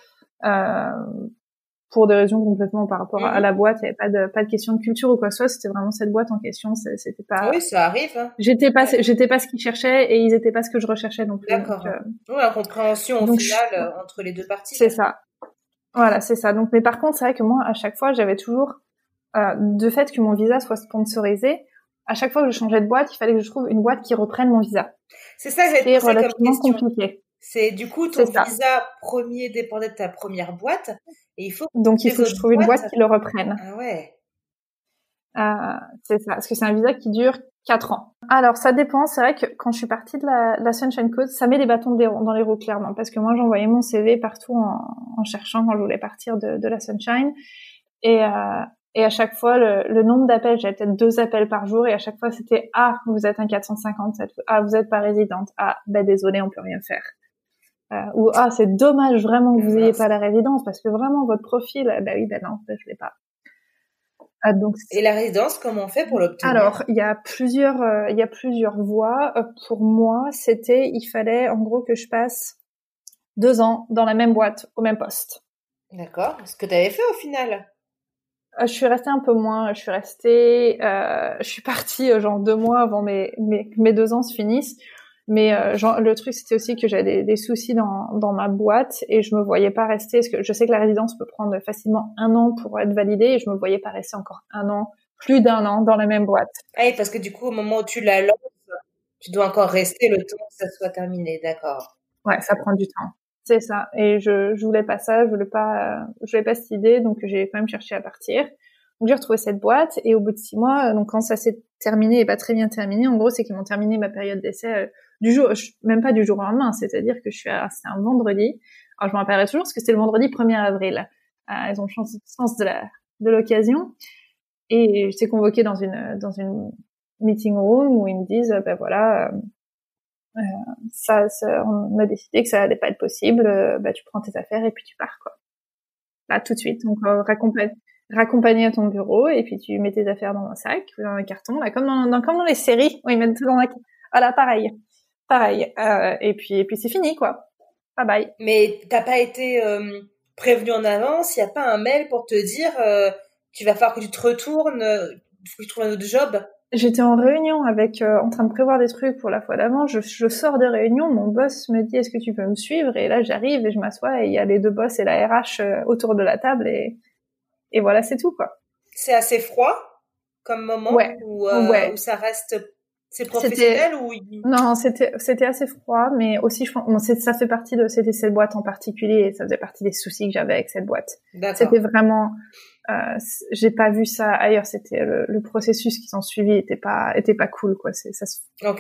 Pour des raisons complètement par rapport à la boîte, il y avait pas de question de culture ou quoi que ce soit, c'était vraiment cette boîte en question, c'était pas... Oui, ça arrive, hein. J'étais pas ce qu'ils cherchaient et ils étaient pas ce que je recherchais non plus. D'accord. Oui, la compréhension au final entre les deux parties. C'est ça. Voilà, c'est ça. Donc, mais par contre, c'est vrai que moi, à chaque fois, j'avais toujours, de fait que mon visa soit sponsorisé, à chaque fois que je changeais de boîte, il fallait que je trouve une boîte qui reprenne mon visa. C'est ça que j'avais posé comme question. Compliqué. C'est du coup ton visa premier dépendait de ta première boîte et il faut que je trouve une boîte qui le reprenne. Ah ouais. C'est ça, parce que c'est un visa qui dure 4 ans. Alors ça dépend, c'est vrai que quand je suis partie de la Sunshine Coast, ça met des bâtons dans les roues clairement, parce que moi j'envoyais mon CV partout en cherchant quand je voulais partir de la Sunshine et à chaque fois le nombre d'appels, j'avais peut-être 2 appels par jour et à chaque fois c'était vous êtes un 457, vous êtes pas résidente, désolé, on peut rien faire. Ou c'est dommage vraiment que vous ayez pas la résidence parce que vraiment votre profil, non, je l'ai pas. Donc, et la résidence, comment on fait pour l'obtenir? Alors, il y a plusieurs voies. Pour moi, il fallait en gros que je passe 2 ans dans la même boîte, au même poste. D'accord. Ce que tu avais fait au final? Je suis restée un peu moins. Je suis partie 2 mois avant mes 2 ans se finissent. Mais le truc, c'était aussi que j'avais des soucis dans ma boîte et je me voyais pas rester, parce que je sais que la résidence peut prendre facilement 1 an pour être validée et je me voyais pas rester encore 1 an, plus d'1 an dans la même boîte. Ah oui, parce que du coup, au moment où tu la lances, tu dois encore rester le temps que ça soit terminé, d'accord. Ouais, ça prend du temps. C'est ça. Et je voulais pas ça, je voulais pas cette idée, donc j'ai quand même cherché à partir. Donc j'ai retrouvé cette boîte et au bout de 6 mois, donc quand ça s'est terminé et pas très bien terminé, en gros c'est qu'ils m'ont terminé ma période d'essai même pas du jour au lendemain, c'est-à-dire que c'était un vendredi. Alors je me rappellerai toujours parce que c'était le vendredi 1er avril. Ils ont changé de sens de l'occasion et j'étais convoquée dans une meeting room où ils me disent on a décidé que ça allait pas être possible, tu prends tes affaires et puis tu pars quoi. Là tout de suite, donc raccompagné à ton bureau et puis tu mets tes affaires dans un sac ou dans un carton là comme dans les séries où ils mettent tout dans pareil et puis c'est fini quoi, bye bye. Mais t'as pas été prévenu en avance? Il y a pas un mail pour te dire tu vas falloir que tu te retournes, faut que tu trouves un autre job? J'étais en réunion en train de prévoir des trucs pour la fois d'avant, je sors de réunion, mon boss me dit est-ce que tu peux me suivre, et là j'arrive et je m'assois et il y a les 2 boss et la RH autour de la table et voilà, c'est tout quoi. C'est assez froid comme moment? Ou ça reste, c'est professionnel ou Non, c'était assez froid, mais aussi je pense ça fait partie c'était cette boîte en particulier et ça faisait partie des soucis que j'avais avec cette boîte. D'accord. C'était vraiment j'ai pas vu ça ailleurs, c'était le processus qui s'en suivit était pas cool quoi, OK.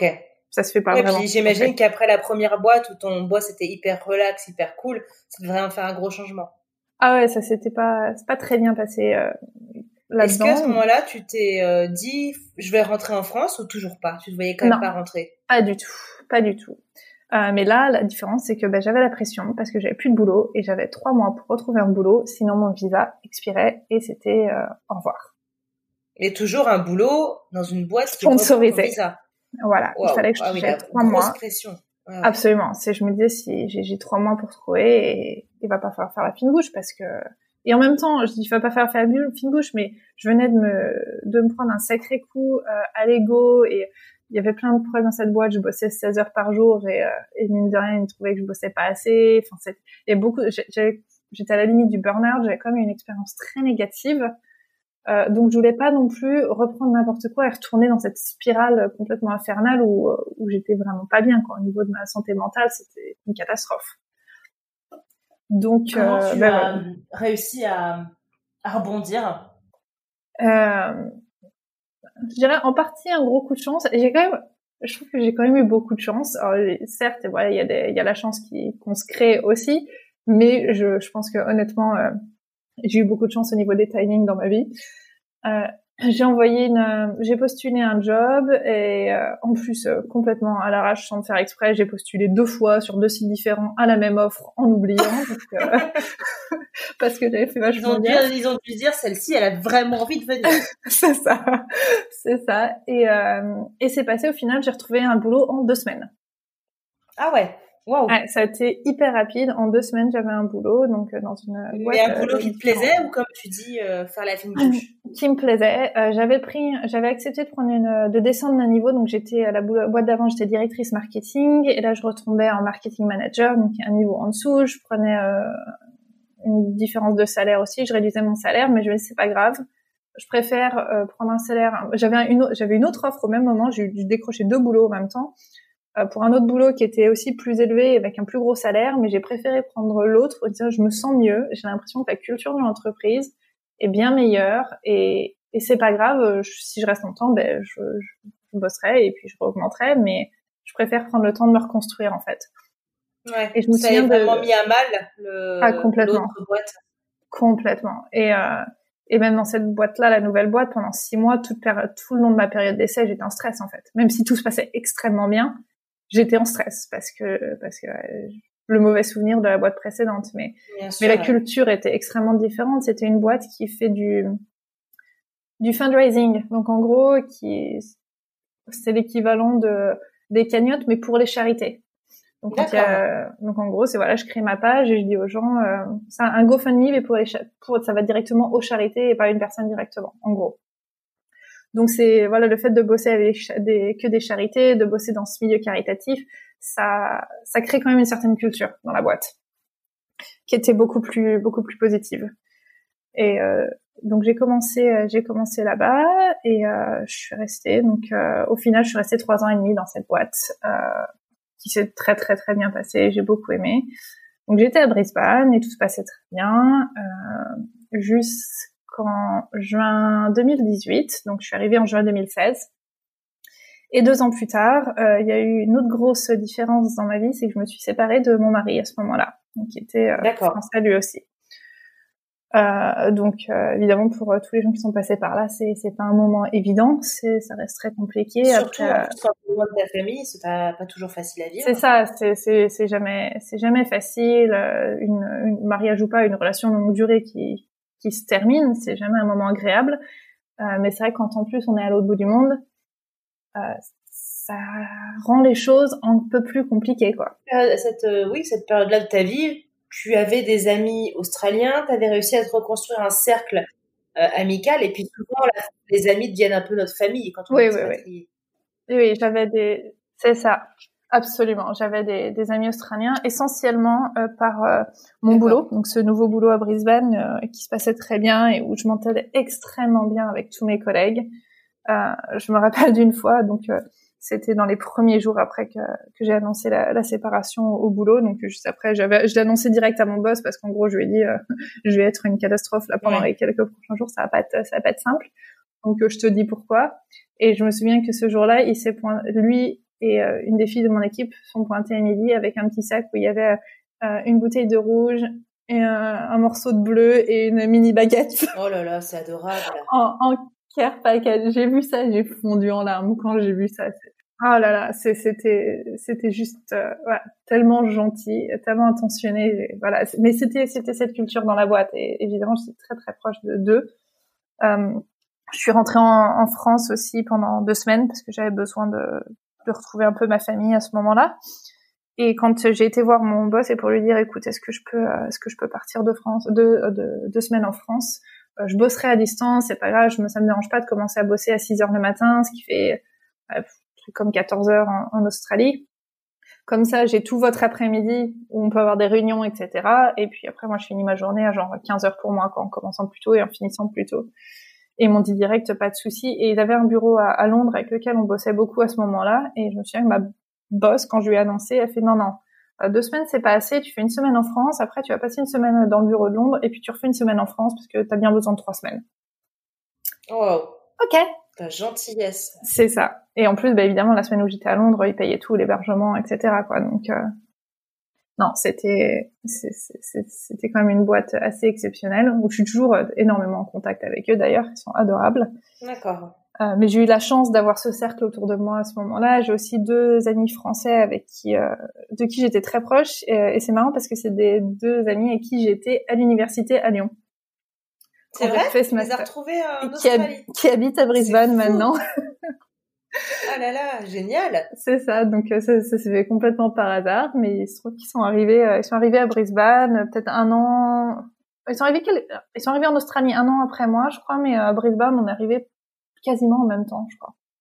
Ça se fait pas vraiment. Puis j'imagine qu'après la première boîte où ton boss était hyper relax, hyper cool, ça devrait vraiment faire un gros changement. Ah ouais, ça c'est pas très bien passé là-dedans. Est-ce qu'à ce moment-là, tu t'es dit, je vais rentrer en France ou toujours pas? Tu ne voyais quand même pas rentrer? Pas du tout. Mais là, la différence, c'est que j'avais la pression parce que j'avais plus de boulot et j'avais 3 mois pour retrouver un boulot, sinon mon visa expirait et c'était au revoir. Et toujours un boulot dans une boîte qui sponsorisée. Visa. Voilà, il fallait que j'ai 3 mois. Grosse pression. Ouais. Absolument. Je me disais si j'ai 3 mois pour trouver et il va pas falloir faire la fine bouche parce que. Et en même temps, je dis il va pas faire la fine bouche, mais je venais de me prendre un sacré coup à l'ego et il y avait plein de problèmes dans cette boîte. Je bossais 16 heures par jour et mine de rien, ils trouvaient que je bossais pas assez. Enfin, il y a beaucoup. J'étais à la limite du burn-out. J'avais quand même une expérience très négative. Donc je voulais pas non plus reprendre n'importe quoi et retourner dans cette spirale complètement infernale où j'étais vraiment pas bien, quoi. Au niveau de ma santé mentale, c'était une catastrophe. Donc comment tu as réussi à rebondir? Je dirais en partie un gros coup de chance. Je trouve que j'ai quand même eu beaucoup de chance. Alors, certes, voilà, il y a la chance qu'on se crée aussi, mais je pense que honnêtement j'ai eu beaucoup de chance au niveau des timings dans ma vie. J'ai postulé un job et en plus complètement à l'arrache sans me faire exprès, j'ai postulé 2 fois sur 2 sites différents à la même offre en oubliant parce que j'avais fait vachement bien. Ils ont dû dire celle-ci, elle a vraiment envie de venir. C'est ça. Et c'est passé au final, j'ai retrouvé un boulot en 2 semaines. Ah ouais. Wow. Ouais, ça a été hyper rapide. En 2 semaines, j'avais un boulot, donc dans une boîte. Mais un boulot qui te plaisait ou comme tu dis, faire la fine bouche? Qui me plaisait. J'avais accepté de descendre d'un niveau, donc j'étais à la boîte d'avant, j'étais directrice marketing, et là je retombais en marketing manager, donc un niveau en dessous. Je prenais une différence de salaire aussi, je réduisais mon salaire, mais je me disais c'est pas grave. Je préfère prendre un salaire. J'avais une autre offre au même moment. J'ai décroché 2 boulots en même temps. Pour un autre boulot qui était aussi plus élevé avec un plus gros salaire, mais j'ai préféré prendre l'autre en disant je me sens mieux, j'ai l'impression que la culture de l'entreprise est bien meilleure et c'est pas grave, si je reste longtemps, je bosserai et puis je augmenterai, mais je préfère prendre le temps de me reconstruire en fait. Ouais, et je me souviens vraiment mis à mal complètement. L'autre boîte. Complètement. Et même dans cette boîte-là, la nouvelle boîte, pendant 6 mois, tout le long de ma période d'essai, j'étais en stress en fait. Même si tout se passait extrêmement bien, j'étais en stress parce que le mauvais souvenir de la boîte précédente, mais la culture était extrêmement différente. C'était une boîte qui fait du fundraising, donc en gros c'est l'équivalent des cagnottes mais pour les charités. Donc en gros c'est voilà, je crée ma page et je dis aux gens c'est un GoFundMe mais ça va directement aux charités et pas à une personne directement en gros. Donc c'est voilà, le fait de bosser avec que des charités, de bosser dans ce milieu caritatif, ça crée quand même une certaine culture dans la boîte qui était beaucoup plus positive. Et donc j'ai commencé là-bas et je suis restée au final je suis restée 3 ans et demi dans cette boîte qui s'est très très très bien passé, j'ai beaucoup aimé. Donc j'étais à Brisbane et tout se passait très bien jusqu'en juin 2018, donc je suis arrivée en juin 2016. Et 2 ans plus tard, il y a eu une autre grosse différence dans ma vie, c'est que je me suis séparée de mon mari à ce moment-là, donc qui était français lui aussi. Donc évidemment pour tous les gens qui sont passés par là, c'est pas un moment évident, ça reste très compliqué. Surtout quand tu es loin de ta famille, c'est pas toujours facile à vivre. C'est ça, c'est jamais facile. Un mariage ou pas, une relation longue durée qui se termine, c'est jamais un moment agréable. Mais c'est vrai que quand en plus on est à l'autre bout du monde, ça rend les choses un peu plus compliquées, quoi. Cette période-là de ta vie, tu avais des amis australiens, tu avais réussi à te reconstruire un cercle amical, et puis souvent les amis deviennent un peu notre famille quand on est expatrié. Oui, c'est ça, absolument. J'avais des amis australiens, essentiellement par mon boulot, donc ce nouveau boulot à Brisbane qui se passait très bien et où je m'entendais extrêmement bien avec tous mes collègues. Je me rappelle d'une fois, donc c'était dans les premiers jours après que j'ai annoncé la séparation au boulot, donc juste après je l'ai annoncé direct à mon boss parce qu'en gros je lui ai dit je vais être une catastrophe là pendant les quelques prochains jours, ça va pas être simple, donc je te dis pourquoi. Et je me souviens que ce jour-là lui et une des filles de mon équipe sont pointées à midi avec un petit sac où il y avait une bouteille de rouge et un morceau de bleu et une mini baguette. Oh là là, c'est adorable. en care package. J'ai vu ça, j'ai fondu en larmes quand j'ai vu ça. Oh là là, c'était juste tellement gentil, tellement intentionné. Voilà, mais c'était cette culture dans la boîte et évidemment, je suis très très proche d'eux. Je suis rentrée en France aussi pendant 2 semaines parce que j'avais besoin de retrouver un peu ma famille à ce moment-là. Et quand j'ai été voir mon boss et pour lui dire, écoute, est-ce que je peux partir de France, 2 semaines en France, je bosserai à distance, c'est pas grave, ça me dérange pas de commencer à bosser à 6h le matin, ce qui fait comme 14h en Australie. Comme ça, j'ai tout votre après-midi où on peut avoir des réunions, etc. Et puis après, moi, je finis ma journée à genre 15h pour moi, quoi, en commençant plus tôt et en finissant plus tôt. Et ils m'ont dit direct, pas de souci. Et ils avaient un bureau à Londres avec lequel on bossait beaucoup à ce moment-là. Et je me souviens que ma boss, quand je lui ai annoncé, elle fait non, 2 semaines c'est pas assez, tu fais 1 semaine en France, après tu vas passer 1 semaine dans le bureau de Londres et puis tu refais 1 semaine en France parce que t'as bien besoin de 3 semaines. Wow. Ok. Ta gentillesse. C'est ça. Et en plus, évidemment, la semaine où j'étais à Londres, ils payaient tout, l'hébergement, etc., quoi. Donc, non, c'était quand même une boîte assez exceptionnelle où je suis toujours énormément en contact avec eux d'ailleurs, ils sont adorables. D'accord. Mais j'ai eu la chance d'avoir ce cercle autour de moi à ce moment-là. J'ai aussi 2 amis français avec de qui j'étais très proche. Et c'est marrant parce que c'est des 2 amis avec qui j'étais à l'université à Lyon. C'est vrai? Tu les as retrouvés en Australie? Qui habitent à Brisbane maintenant. Ah là là, génial! C'est ça. Donc ça s'est fait complètement par hasard. Mais il se trouve qu'ils sont arrivés à Brisbane peut-être 1 an. Ils sont arrivés en Australie 1 an après moi, je crois. Mais à Brisbane, on est arrivés quasiment en même temps, je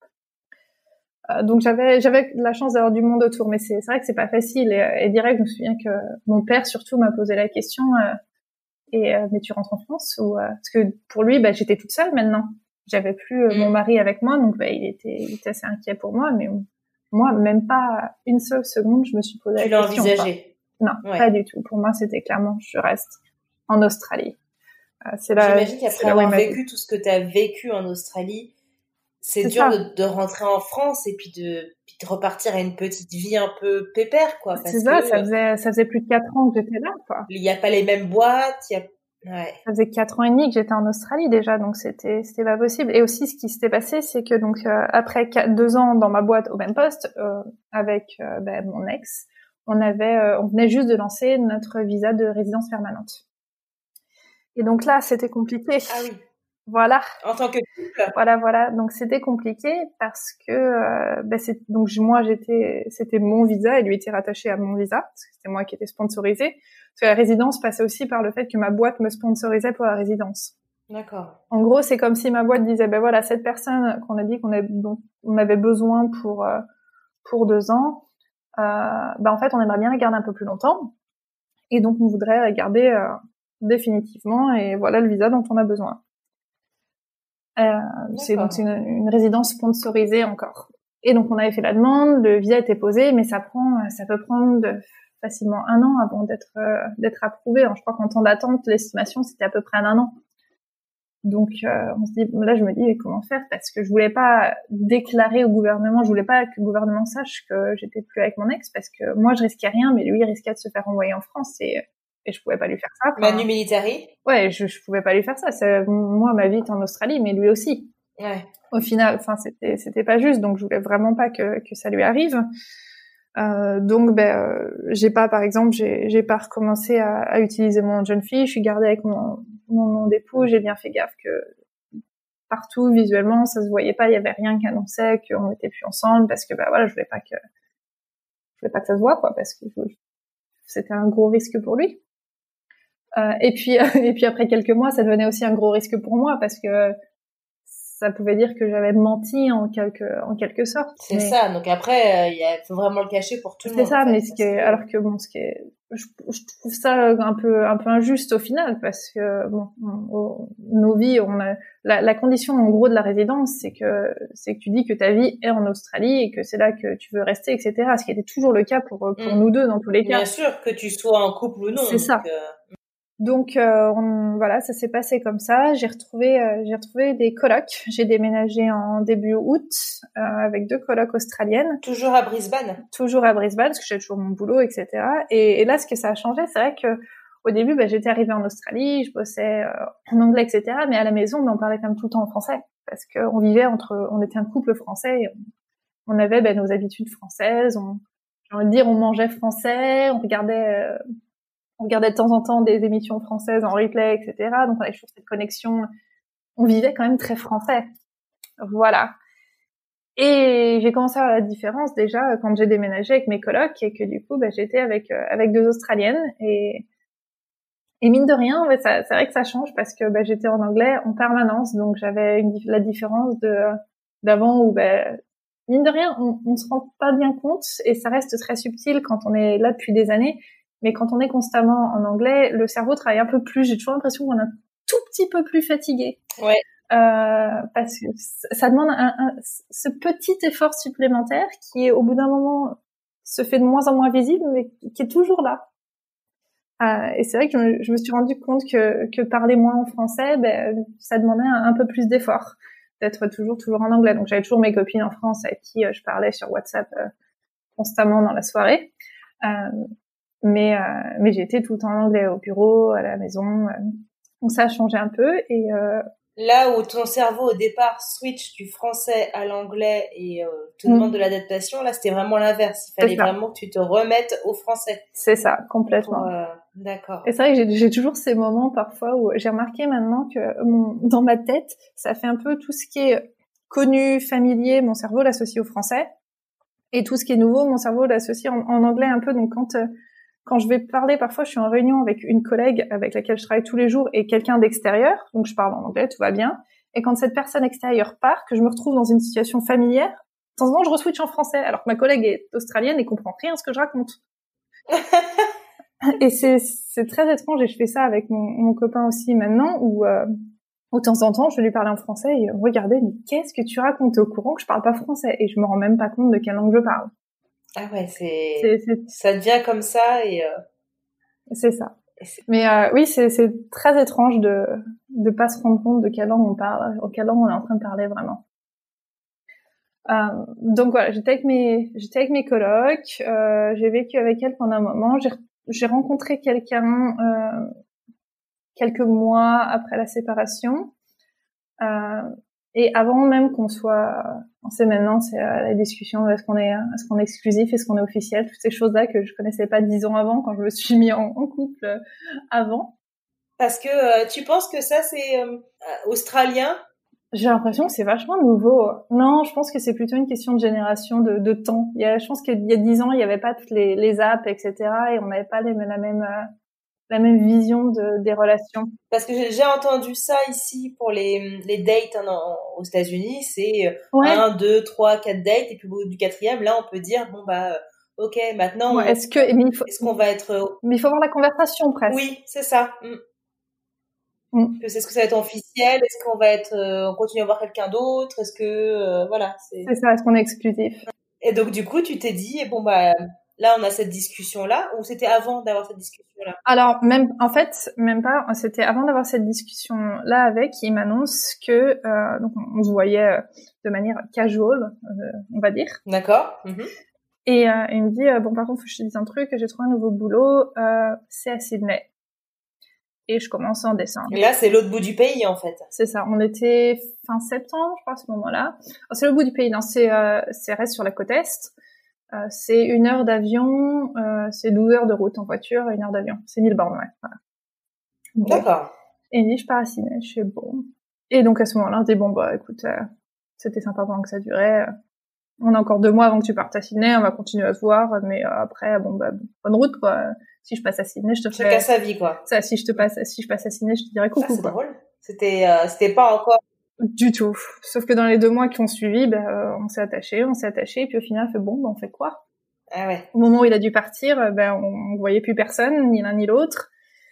crois. Donc j'avais la chance d'avoir du monde autour, mais c'est vrai que c'est pas facile. Et direct, je me souviens que mon père surtout m'a posé la question mais tu rentres en France ou parce que pour lui, j'étais toute seule maintenant. J'avais plus mon mari avec moi, donc il était assez inquiet pour moi. Mais moi, même pas une seule seconde, je me suis posé la question. Tu l'as envisagé? Non, pas du tout. Pour moi, c'était clairement, je reste en Australie. J'imagine qu'après avoir vécu tout ce que tu as vécu en Australie, c'est dur de rentrer en France et puis de repartir à une petite vie un peu pépère, quoi. C'est ça, ça faisait plus de 4 ans que j'étais là, quoi. Il n'y a pas les mêmes boîtes, ouais. Ça faisait 4 ans et demi que j'étais en Australie déjà, donc c'était pas possible. Et aussi, ce qui s'était passé, c'est que donc après 2 ans dans ma boîte au même poste, avec mon ex, on venait juste de lancer notre visa de résidence permanente. Et donc là, c'était compliqué. Ah oui. Voilà. En tant que couple. Voilà. Donc c'était compliqué parce que donc moi c'était mon visa et lui était rattaché à mon visa parce que c'était moi qui étais sponsorisée. Parce que la résidence passait aussi par le fait que ma boîte me sponsorisait pour la résidence. D'accord. En gros, c'est comme si ma boîte disait voilà, cette personne qu'on a dit dont on avait besoin pour 2 ans, en fait, on aimerait bien la garder un peu plus longtemps et donc on voudrait la garder définitivement et voilà le visa dont on a besoin. C'est une résidence sponsorisée encore. Et donc on avait fait la demande, le visa était posé, mais ça peut prendre facilement 1 an avant d'être approuvé. Je crois qu'en temps d'attente, l'estimation c'était à peu près 1 an. Donc je me dis mais comment faire, parce que je voulais pas déclarer au gouvernement, je voulais pas que le gouvernement sache que j'étais plus avec mon ex, parce que moi je risquais rien, mais lui il risquait de se faire envoyer en France et je pouvais pas lui faire ça. Manu militari? Ouais, je pouvais pas lui faire ça. Moi, ma vie est en Australie, mais lui aussi. Ouais. Au final, c'était pas juste, donc je voulais vraiment pas que ça lui arrive. Donc, j'ai pas, par exemple, j'ai pas recommencé à utiliser mon nom de jeune fille. Je suis gardée avec mon nom d'époux. J'ai bien fait gaffe que partout, visuellement, ça se voyait pas. Il y avait rien qui annonçait qu'on était plus ensemble, parce que je voulais pas que ça se voit, quoi, parce que c'était un gros risque pour lui. Et puis après quelques mois, ça devenait aussi un gros risque pour moi parce que ça pouvait dire que j'avais menti en quelque sorte. C'est ça. Donc après, il faut vraiment le cacher pour tout le monde. C'est ça, mais je trouve ça un peu injuste au final parce que nos vies, la condition en gros de la résidence, c'est que tu dis que ta vie est en Australie et que c'est là que tu veux rester, etc. Ce qui était toujours le cas pour nous deux dans tous les cas. Bien sûr, que tu sois en couple ou non. C'est ça. Donc voilà, ça s'est passé comme ça. J'ai retrouvé des colocs. J'ai déménagé en début août avec 2 colocs australiennes. Toujours à Brisbane. Toujours à Brisbane parce que j'ai toujours mon boulot, etc. Et là, ce que ça a changé, c'est vrai que au début, j'étais arrivée en Australie, je bossais en anglais, etc. Mais à la maison, on parlait quand même tout le temps en français parce qu'on on était un couple français. Et on avait nos habitudes françaises. J'ai envie de dire, on mangeait français, on regardait de temps en temps des émissions françaises en replay, etc. Donc on avait toujours cette connexion. On vivait quand même très français. Voilà. Et j'ai commencé à voir la différence déjà quand j'ai déménagé avec mes colocs et que du coup j'étais avec 2 Australiennes et mine de rien c'est vrai que ça change parce que j'étais en anglais en permanence, donc j'avais la différence d'avant où mine de rien on se rend pas bien compte et ça reste très subtil quand on est là depuis des années. Mais quand on est constamment en anglais, le cerveau travaille un peu plus. J'ai toujours l'impression qu'on est un tout petit peu plus fatigué. Ouais. Parce que ça demande ce petit effort supplémentaire qui, au bout d'un moment, se fait de moins en moins visible, mais qui est toujours là. Et c'est vrai que je me suis rendu compte que parler moins en français, ça demandait un peu plus d'effort, d'être toujours en anglais. Donc j'avais toujours mes copines en France avec qui je parlais sur WhatsApp constamment dans la soirée. Mais j'étais tout le temps en anglais au bureau, à la maison. Donc ça a changé un peu et là où ton cerveau au départ switch du français à l'anglais et te demande de l'adaptation, là c'était vraiment l'inverse. Il fallait vraiment que tu te remettes au français. C'est ça, complètement. D'accord. Et c'est vrai que j'ai toujours ces moments parfois où j'ai remarqué maintenant que dans ma tête, ça fait un peu tout ce qui est connu, familier, mon cerveau l'associe au français. Et tout ce qui est nouveau, mon cerveau l'associe en anglais un peu. Donc quand je vais parler, parfois je suis en réunion avec une collègue avec laquelle je travaille tous les jours et quelqu'un d'extérieur, donc je parle en anglais, tout va bien. Et quand cette personne extérieure part, que je me retrouve dans une situation familière, de temps en temps je re-switch en français, alors que ma collègue est australienne et comprend rien à ce que je raconte. Et c'est très étrange, et je fais ça avec mon copain aussi maintenant, où de temps en temps je vais lui parler en français et regardez, mais qu'est-ce que tu racontes? T'es au courant que je parle pas français et je me rends même pas compte de quelle langue je parle. Ah ouais, ça devient comme ça et c'est ça. Mais oui, c'est très étrange de pas se rendre compte de quelle langue on parle, en quelle langue on est en train de parler vraiment. Donc voilà, j'étais avec mes colocs, j'ai vécu avec elles pendant un moment, j'ai rencontré quelqu'un quelques mois après la séparation. Et avant même qu'on soit, on sait maintenant, c'est la discussion est-ce qu'on est exclusif, est-ce qu'on est officiel, toutes ces choses-là que je connaissais pas 10 ans avant quand je me suis mis en couple avant. Parce que tu penses que ça c'est australien? J'ai l'impression que c'est vachement nouveau. Non, je pense que c'est plutôt une question de génération, de temps. Je pense qu'il y a 10 ans, il y avait pas toutes les apps, etc. et on n'avait pas la même vision des relations. Parce que j'ai déjà entendu ça ici pour les dates aux États-Unis, c'est 1, 2, 3, 4 dates et puis au bout du 4e, là on peut dire ok, maintenant est-ce qu'on va être Mais il faut avoir la conversation presque. Oui, c'est ça. Est-ce que ça va être officiel? Est-ce qu'on va on continue à voir quelqu'un d'autre? Est-ce que voilà, c'est ça, est-ce qu'on est exclusif? Et donc du coup, tu t'es dit là, on a cette discussion-là, ou c'était avant d'avoir cette discussion-là? Alors, même pas. C'était avant d'avoir cette discussion-là avec. Il m'annonce que donc on se voyait de manière casual, on va dire. D'accord. Et il me dit par contre, faut que je te dise un truc. J'ai trouvé un nouveau boulot. C'est à Sydney. Et je commence en décembre. Et là, c'est l'autre bout du pays, en fait. C'est ça. On était fin septembre, je crois, à ce moment-là. C'est le bout du pays. Non, c'est reste sur la côte est. C'est 1 heure d'avion, c'est 12 heures de route en voiture, 1 heure d'avion. C'est Melbourne, ouais. Voilà. Bon. D'accord. Et il me dit, je pars à Sydney. Je fais bon. Et donc, à ce moment-là, on se dit, écoute, c'était sympa pendant que ça durait. On a encore 2 mois avant que tu partes à Sydney, on va continuer à se voir, mais après, bonne route, quoi. Si je passe à Sydney, je te ferai... Chacun sa vie, quoi. Ça, si je passe à Sydney, je te dirai coucou, c'est quoi. Drôle. C'était pas encore... Du tout. Sauf que dans les 2 mois qui ont suivi, on s'est attaché, et puis au final, on fait on fait quoi? Ah ouais. Au moment où il a dû partir, on voyait plus personne, ni l'un ni l'autre.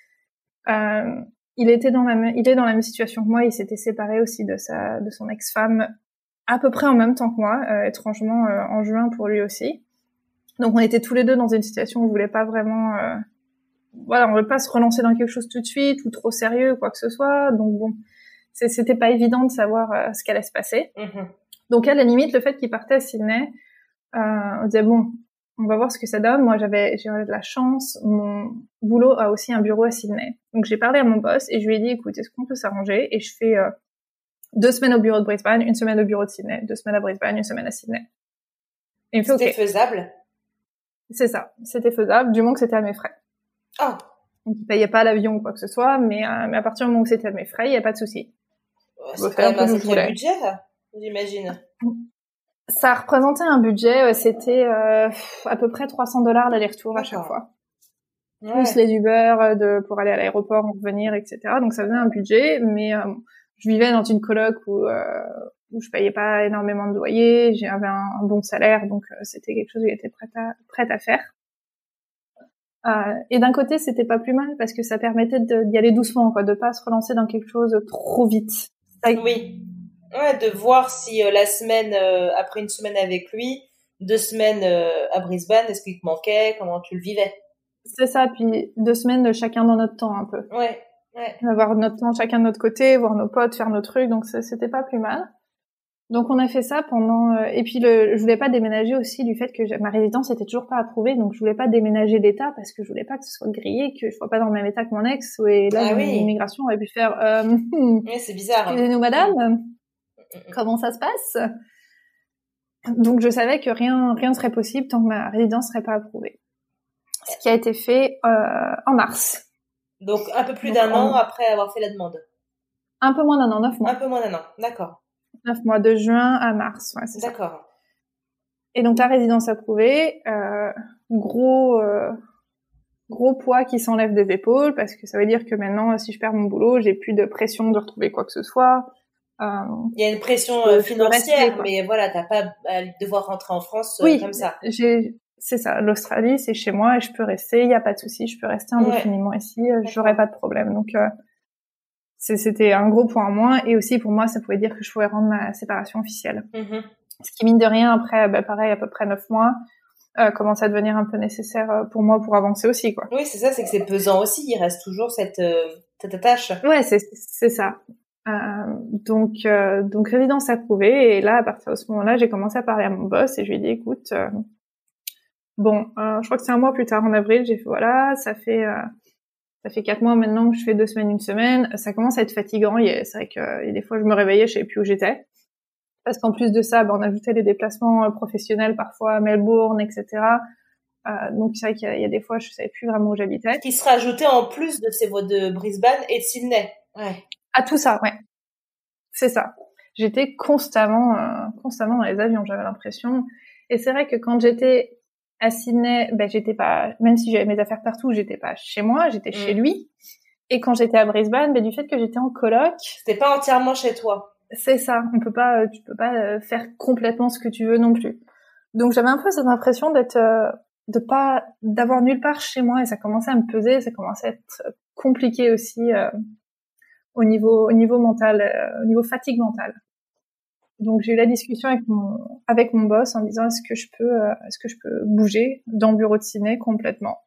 Il est dans la même situation que moi, il s'était séparé aussi de son ex-femme à peu près en même temps que moi, étrangement en juin pour lui aussi. Donc on était tous les deux dans une situation où on voulait pas vraiment voilà, on veut pas se relancer dans quelque chose tout de suite ou trop sérieux, quoi que ce soit. Donc bon, c'était pas évident de savoir ce qu'allait se passer. Donc à la limite, le fait qu'il partait à Sydney, on disait bon, on va voir ce que ça donne. Moi, j'ai de la chance. Mon boulot a aussi un bureau à Sydney. Donc j'ai parlé à mon boss et je lui ai dit, écoute, est-ce qu'on peut s'arranger? Et je fais 2 semaines au bureau de Brisbane, 1 semaine au bureau de Sydney, 2 semaines à Brisbane, 1 semaine à Sydney. Et il me fait, c'était faisable? C'est ça, c'était faisable, du moment que c'était à mes frais. Oh. Donc il payait pas l'avion ou quoi que ce soit, mais à partir du moment où c'était à mes frais, il y a pas de souci. C'est quand même un sacré budget, j'imagine. Ça représentait un budget, c'était à peu près $300 l'aller-retour à chaque fois. Ouais. Plus les Uber pour aller à l'aéroport, en revenir, etc. Donc ça faisait un budget, mais je vivais dans une coloc où je payais pas énormément de loyer, j'avais un bon salaire, donc c'était quelque chose que j'étais prête à faire. Et d'un côté, c'était pas plus mal parce que ça permettait d'y aller doucement, quoi, de pas se relancer dans quelque chose trop vite. Oui. Ouais, de voir si la semaine après une semaine avec lui, 2 semaines à Brisbane, est-ce qu'il te manquait, comment tu le vivais? C'est ça, puis 2 semaines chacun dans notre temps un peu. Ouais. Avoir notre temps chacun de notre côté, voir nos potes, faire nos trucs, donc c'était pas plus mal. Donc on a fait ça pendant et puis je voulais pas déménager aussi du fait que ma résidence était toujours pas approuvée, donc je voulais pas déménager d'état parce que je voulais pas que ce soit grillé, que je sois pas dans le même état que mon ex et là l'immigration aurait pu faire oui, c'est bizarre. Excusez-nous madame, comment ça se passe? Donc je savais que rien ne serait possible tant que ma résidence serait pas approuvée. Ce qui a été fait en mars. Donc un peu plus d'un an après avoir fait la demande. Un peu moins d'un an, 9 mois. Un peu moins d'un an, d'accord. 9 mois, de juin à mars, ouais, c'est d'accord. Ça. Et donc la résidence approuvée, gros poids qui s'enlève des épaules parce que ça veut dire que maintenant, si je perds mon boulot, j'ai plus de pression de retrouver quoi que ce soit. Il y a une pression financière, mais voilà, t'as pas à devoir rentrer en France comme ça. C'est ça, l'Australie, c'est chez moi et je peux rester, il y a pas de souci, je peux rester indéfiniment ici, j'aurais pas de problème. Donc c'était un gros point en moins et aussi pour moi, ça pouvait dire que je pouvais rendre ma séparation officielle. Ce qui cette mine de rien, après, pareil, à peu près 9 mois, commence à devenir un peu nécessaire pour moi pour avancer aussi, quoi. Oui, c'est ça, c'est que c'est pesant aussi. Il reste toujours cette attache. Ouais, c'est ça. Donc résidence approuvée. Et là, à partir de ce moment-là, j'ai commencé à parler à mon boss et je lui ai dit, écoute, je crois que c'est un mois plus tard, en avril, j'ai fait, voilà, ça fait 4 mois maintenant que je fais 2 semaines, 1 semaine. Ça commence à être fatigant. C'est vrai que des fois, je me réveillais, je savais plus où j'étais. Parce qu'en plus de ça, on ajoutait les déplacements professionnels parfois à Melbourne, etc. Donc c'est vrai qu'il y a des fois, je savais plus vraiment où j'habitais. Qui se rajoutait en plus de ces voies de Brisbane et de Sydney. Ouais. À tout ça, ouais. C'est ça. J'étais constamment dans les avions, j'avais l'impression. Et c'est vrai que quand j'étais à Sydney, j'étais pas, même si j'avais mes affaires partout, j'étais pas chez moi, j'étais chez lui. Et quand j'étais à Brisbane, du fait que j'étais en coloc, c'était pas entièrement chez toi. C'est ça. Tu peux pas faire complètement ce que tu veux non plus. Donc j'avais un peu cette impression d'avoir nulle part chez moi et ça commençait à me peser, ça commençait à être compliqué aussi au niveau mental, au niveau fatigue mentale. Donc j'ai eu la discussion avec mon boss en disant est-ce que je peux bouger dans le bureau de Sydney complètement.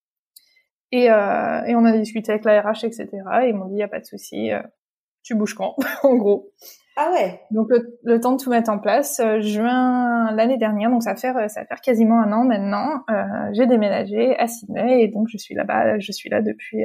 Et on a discuté avec la RH, etc. Et ils m'ont dit il y a pas de souci. Tu bouges quand, en gros. Ah ouais. Donc le temps de tout mettre en place, juin l'année dernière, donc ça va faire quasiment 1 an maintenant. J'ai déménagé à Sydney et donc je suis là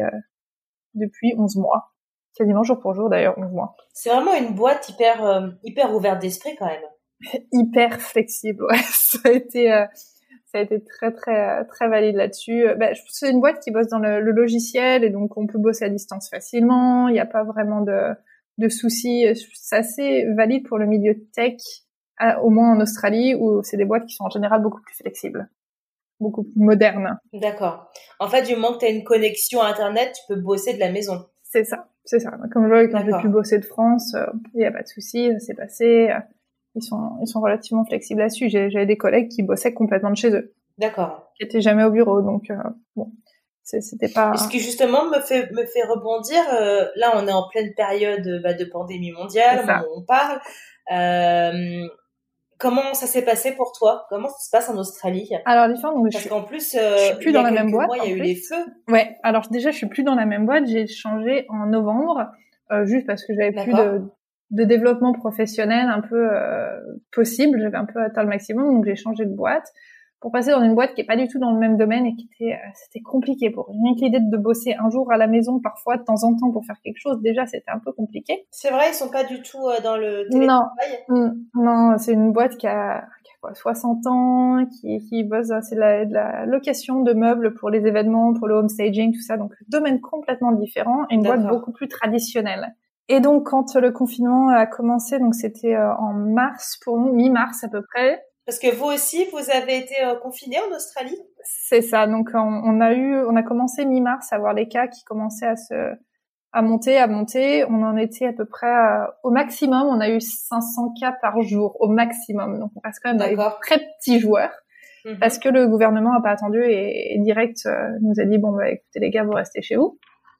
depuis 11 mois, quasiment jour pour jour d'ailleurs 11 mois. C'est vraiment une boîte hyper ouverte d'esprit quand même. Hyper flexible, ouais. Ça a été très très très valide là-dessus. Je pense que c'est une boîte qui bosse dans le logiciel et donc on peut bosser à distance facilement. Il n'y a pas vraiment de soucis. C'est assez valide pour le milieu tech, au moins en Australie, où c'est des boîtes qui sont en général beaucoup plus flexibles, beaucoup plus modernes. D'accord. En fait, du moment que tu as une connexion à Internet, tu peux bosser de la maison. C'est ça. Comme je vois, quand j'ai pu bosser de France, il n'y a pas de souci, ça s'est passé. Ils sont relativement flexibles là-dessus. J'avais des collègues qui bossaient complètement de chez eux. D'accord. Qui étaient jamais au bureau, donc c'était pas. Ce qui justement me fait rebondir. Là, on est en pleine période de pandémie mondiale, on parle. comment ça s'est passé pour toi? Comment ça se passe en Australie? Alors l'histoire, donc Parce qu'en plus, je suis plus dans la même boîte. Il y a eu les feux. Ouais. Alors déjà, je suis plus dans la même boîte. J'ai changé en novembre, juste parce que j'avais plus de développement professionnel un peu possible. J'avais un peu atteint le maximum, donc j'ai changé de boîte pour passer dans une boîte qui est pas du tout dans le même domaine et qui était c'était compliqué pour rien que l'idée de bosser un jour à la maison, parfois de temps en temps pour faire quelque chose. Déjà, c'était un peu compliqué. C'est vrai, ils sont pas du tout dans le télétravail. Non, c'est une boîte qui a 60 ans, qui bosse, c'est de la location de meubles pour les événements, pour le home staging, tout ça. Donc, domaine complètement différent et une boîte beaucoup plus traditionnelle. Et donc, quand le confinement a commencé, donc c'était en mars pour nous, mi-mars à peu près. Parce que vous aussi, vous avez été confinés en Australie? C'est ça. Donc, on a commencé mi-mars à voir les cas qui commençaient à monter. On en était à peu près au maximum. On a eu 500 cas par jour au maximum. Donc, on reste quand même dans les très petits joueurs. Parce que le gouvernement n'a pas attendu et direct nous a dit, bon, bah, écoutez les gars, vous restez chez vous.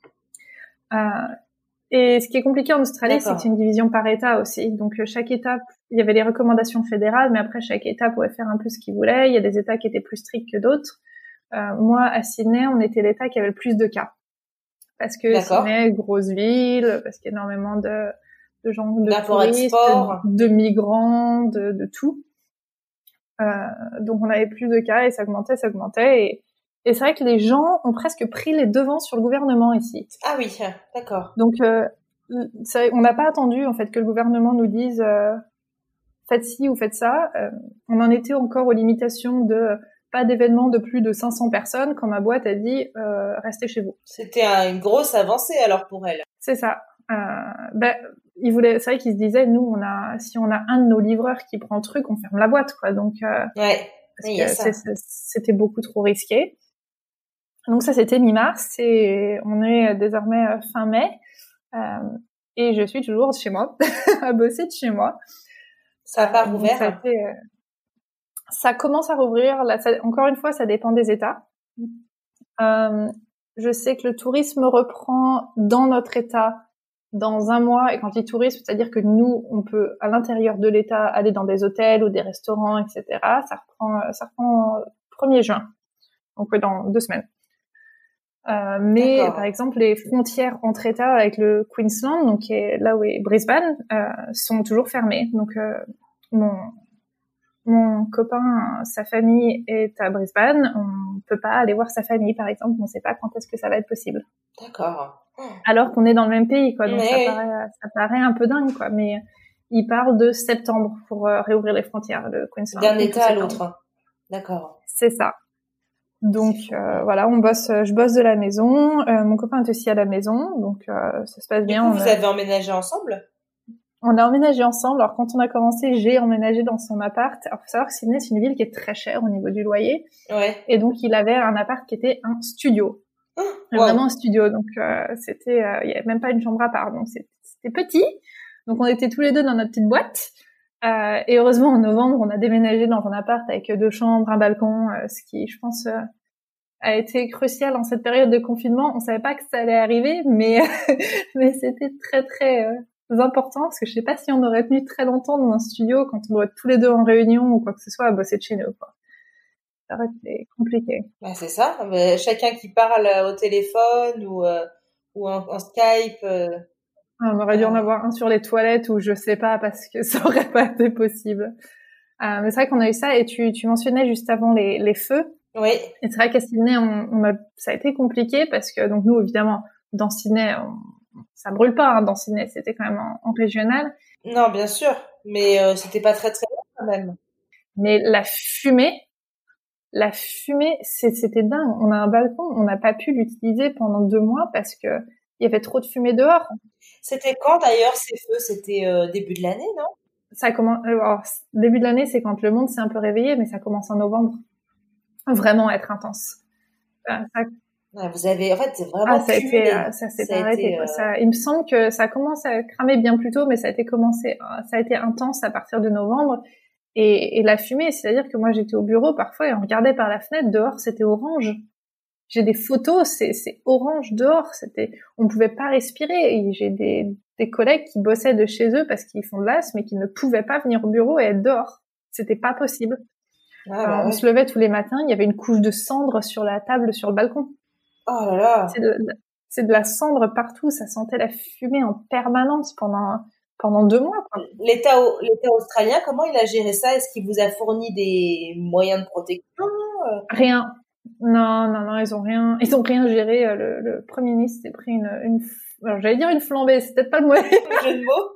Et ce qui est compliqué en Australie, c'est que c'est une division par État aussi. Donc, chaque État, il y avait les recommandations fédérales, mais après, chaque État pouvait faire un peu ce qu'il voulait. Il y a des États qui étaient plus stricts que d'autres. Moi, à Sydney, on était l'État qui avait le plus de cas. Parce que Sydney, grosse ville, parce qu'il y a énormément de gens, de touristes, de migrants, de tout. Donc, on avait plus de cas et ça augmentait. Et c'est vrai que les gens ont presque pris les devants sur le gouvernement ici. Ah oui, d'accord. Donc, on n'a pas attendu en fait que le gouvernement nous dise faites ci ou faites ça. On en était encore aux limitations de pas d'événements de plus de 500 personnes quand ma boîte a dit restez chez vous. C'était une grosse avancée alors pour elle. C'est ça. C'est vrai qu'ils se disaient nous si on a un de nos livreurs qui prend le truc, on ferme la boîte quoi. Donc c'était beaucoup trop risqué. Donc ça, c'était mi-mars et on est désormais fin mai et je suis toujours chez moi, à bosser de chez moi. Ça n'a pas rouvert. Ça commence à rouvrir. Là, encore une fois, ça dépend des États. Je sais que le tourisme reprend dans notre État dans un mois. Et quand je dis tourisme, c'est-à-dire que nous, on peut, à l'intérieur de l'État, aller dans des hôtels ou des restaurants, etc. Ça reprend 1er juin. Donc, dans 2 semaines. Mais par exemple les frontières entre États avec le Queensland, donc qui est là où est Brisbane, sont toujours fermées. Donc mon copain, sa famille est à Brisbane, on peut pas aller voir sa famille par exemple, on sait pas quand est-ce que ça va être possible. D'accord. Alors qu'on est dans le même pays quoi, donc ça paraît un peu dingue quoi, mais il parle de septembre pour réouvrir les frontières le Queensland. D'un État à l'autre. D'accord. C'est ça. Donc voilà, je bosse de la maison, mon copain est aussi à la maison, donc ça se passe bien. Du coup, vous avez emménagé ensemble? On a emménagé ensemble. Alors quand on a commencé, j'ai emménagé dans son appart. Alors faut savoir que Sydney, c'est une ville qui est très chère au niveau du loyer. Ouais. Et donc il avait un appart qui était un studio. Vraiment un studio. Donc c'était il y avait même pas une chambre à part. Donc c'était petit. Donc on était tous les deux dans notre petite boîte. Et heureusement, en novembre, on a déménagé dans un appart avec 2 chambres, un balcon, ce qui, je pense, a été crucial en cette période de confinement. On savait pas que ça allait arriver, mais c'était très, très important parce que je sais pas si on aurait tenu très longtemps dans un studio quand on doit être tous les deux en réunion ou quoi que ce soit à bosser de chez nous, quoi. Ça aurait été compliqué. Bah, c'est ça. Mais chacun qui parle au téléphone ou en Skype. On aurait dû en avoir un sur les toilettes ou je sais pas parce que ça aurait pas été possible. Mais c'est vrai qu'on a eu ça et tu mentionnais juste avant les feux. Oui. Et c'est vrai qu'à Sydney, ça a été compliqué parce que donc nous évidemment dans Sydney, ça brûle pas dans Sydney, c'était quand même en régional. Non, bien sûr, mais c'était pas très très loin quand même. Mais la fumée, c'était dingue. On a un balcon, on n'a pas pu l'utiliser pendant 2 mois parce que il y avait trop de fumée dehors. C'était quand d'ailleurs ces feux? C'était début de l'année, non? Ça commence. Début de l'année, c'est quand le monde s'est un peu réveillé, mais ça commence en novembre. Vraiment être intense. Vous avez, en fait, c'est vraiment ça s'est pas arrêté. Il me semble que ça commence à cramer bien plus tôt, mais ça a été intense à partir de novembre. Et la fumée, c'est-à-dire que moi j'étais au bureau parfois et on regardait par la fenêtre, dehors c'était orange. J'ai des photos, c'est orange dehors, on pouvait pas respirer. Et j'ai des collègues qui bossaient de chez eux parce qu'ils font de l'asthme mais qui ne pouvaient pas venir au bureau et être dehors. c'était pas possible. Ah, on se levait tous les matins, il y avait une couche de cendre sur la table, sur le balcon. Oh là là. C'est de la cendre partout, ça sentait la fumée en permanence pendant 2 mois, quoi. L'État australien, comment il a géré ça? Est-ce qu'il vous a fourni des moyens de protection? Rien. Non, ils ont rien géré. Le Premier ministre s'est pris alors j'allais dire une flambée, c'est peut-être pas le mauvais jeu de mots.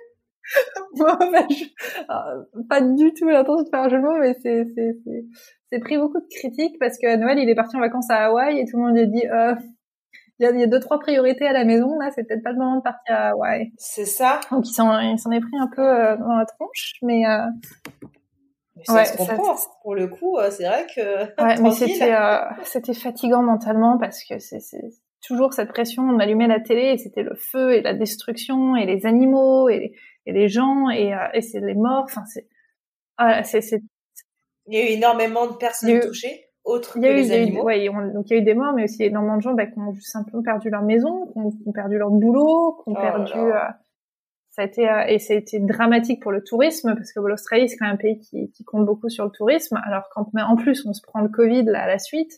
Pas du tout l'intention de faire un jeu de mots, mais c'est pris beaucoup de critiques parce que à Noël, il est parti en vacances à Hawaï et tout le monde lui a dit, il y a 2-3 priorités à la maison, là, c'est peut-être pas le moment de partir à Hawaï. C'est ça. Donc il s'en est pris un peu dans la tronche, mais ça se comprend. Pour le coup, c'est vrai que ouais, mais c'était fatigant mentalement parce que c'est toujours cette pression. On allumait la télé et c'était le feu et la destruction et les animaux et les gens et c'est les morts. Enfin, il y a eu énormément de personnes touchées, autres que les animaux. Donc il y a eu des morts, mais aussi énormément de gens qui ont simplement perdu leur maison, qui ont perdu leur boulot, qui ont perdu. Ça a été dramatique pour le tourisme parce que l'Australie c'est quand même un pays qui compte beaucoup sur le tourisme. Alors quand en plus on se prend le Covid là à la suite,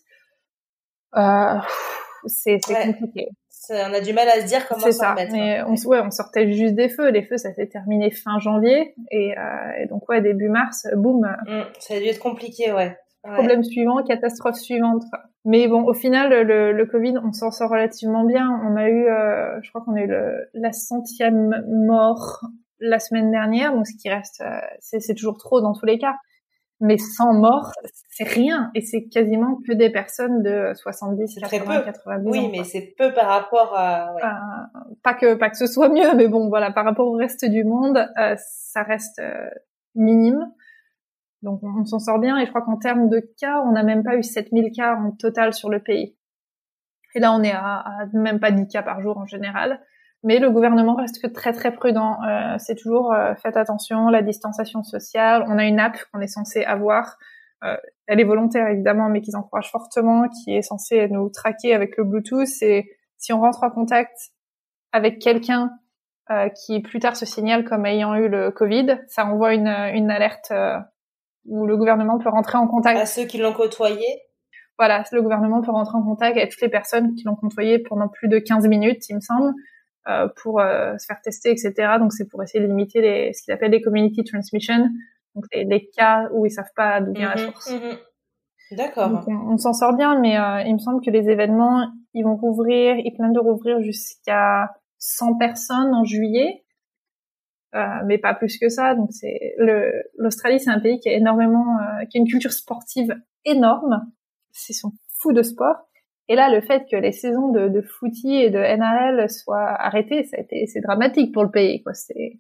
c'est compliqué. On a du mal à se dire comment s'en remettre. Mais on sortait juste des feux. Les feux ça s'est terminé fin janvier et donc début mars, boum. Ça a dû être compliqué, ouais. Problème suivant, catastrophe suivante. Mais bon, au final, le Covid, on s'en sort relativement bien. On a eu, je crois qu'on a eu la 100e mort la semaine dernière, donc ce qui reste, c'est toujours trop dans tous les cas. Mais 100 morts, c'est rien. Et c'est quasiment que des personnes de 70, 80, 90 ans. Oui, mais c'est peu par rapport à... Ouais. Pas que ce soit mieux, mais bon, voilà, par rapport au reste du monde, ça reste minime. Donc, on s'en sort bien. Et je crois qu'en termes de cas, on n'a même pas eu 7000 cas en total sur le pays. Et là, on est à même pas 10 cas par jour en général. Mais le gouvernement reste que très, très prudent. C'est toujours, faites attention, la distanciation sociale. On a une app qu'on est censé avoir. Elle est volontaire, évidemment, mais qu'ils encouragent fortement, qui est censée nous traquer avec le Bluetooth. Et si on rentre en contact avec quelqu'un qui plus tard se signale comme ayant eu le Covid, ça envoie une alerte où le gouvernement peut rentrer en contact. À ceux qui l'ont côtoyé. Voilà, le gouvernement peut rentrer en contact avec toutes les personnes qui l'ont côtoyé pendant plus de 15 minutes, il me semble, pour se faire tester, etc. Donc c'est pour essayer de limiter ce qu'ils appellent les community transmission, donc les cas où ils savent pas d'où vient la source. D'accord. Donc on s'en sort bien, mais il me semble que les événements, ils planent de rouvrir jusqu'à 100 personnes en juillet. Mais pas plus que ça. Donc l'Australie, c'est un pays qui a qui a une culture sportive énorme. Ils sont fous de sport. Et là, le fait que les saisons de footy et de NRL soient arrêtées, c'est dramatique pour le pays, quoi.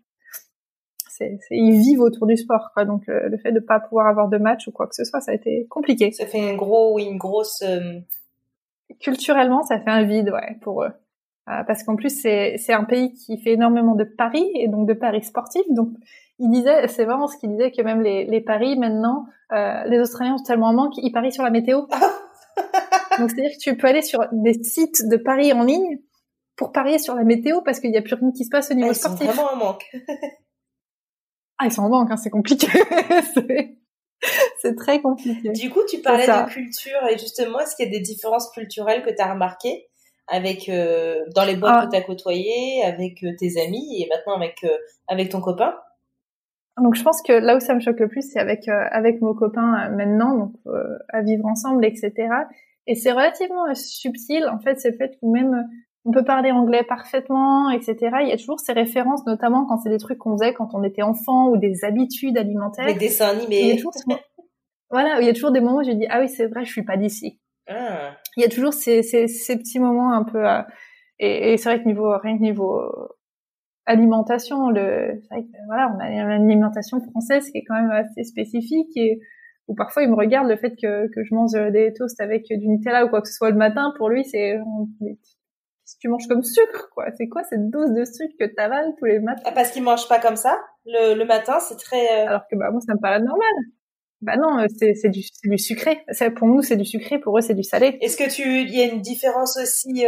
Ils vivent autour du sport, quoi. Donc le fait de pas pouvoir avoir de match ou quoi que ce soit, ça a été compliqué. Ça fait une grosse. Culturellement, ça fait un vide, ouais, pour eux. Parce qu'en plus c'est un pays qui fait énormément de paris et donc de paris sportifs. Donc c'est vraiment ce qu'il disait, que même les paris maintenant, les Australiens sont tellement en manque, ils parient sur la météo. Donc c'est-à-dire que tu peux aller sur des sites de paris en ligne pour parier sur la météo parce qu'il n'y a plus rien qui se passe au niveau sportif. Ils sont vraiment en manque. Ils sont en manque, hein, c'est compliqué. C'est très compliqué. Du coup, tu parlais de culture et justement, est-ce qu'il y a des différences culturelles que tu as remarquées avec dans les boîtes que tu as côtoyées, avec tes amis et maintenant avec ton copain? Donc je pense que là où ça me choque le plus, c'est avec mon copain maintenant, donc à vivre ensemble, etc. Et c'est relativement subtil, en fait, c'est le fait que même on peut parler anglais parfaitement, etc. Il y a toujours ces références, notamment quand c'est des trucs qu'on faisait quand on était enfant ou des habitudes alimentaires. Les dessins animés. Il y a toujours il y a toujours des moments où je dis ah oui c'est vrai, je suis pas d'ici. Il y a toujours ces petits moments un peu et c'est vrai que rien que niveau alimentation, c'est vrai que, voilà, on a une alimentation française qui est quand même assez spécifique et où parfois il me regarde le fait que je mange des toasts avec du Nutella ou quoi que ce soit le matin, pour lui c'est qu'est-ce que tu manges comme sucre, quoi? C'est quoi cette dose de sucre que t'avales tous les matins? Parce qu'il mange pas comme ça le matin, c'est très alors que moi ça me paraît normal. Non, c'est du sucré. Pour nous c'est du sucré, pour eux c'est du salé. Est-ce que il y a une différence aussi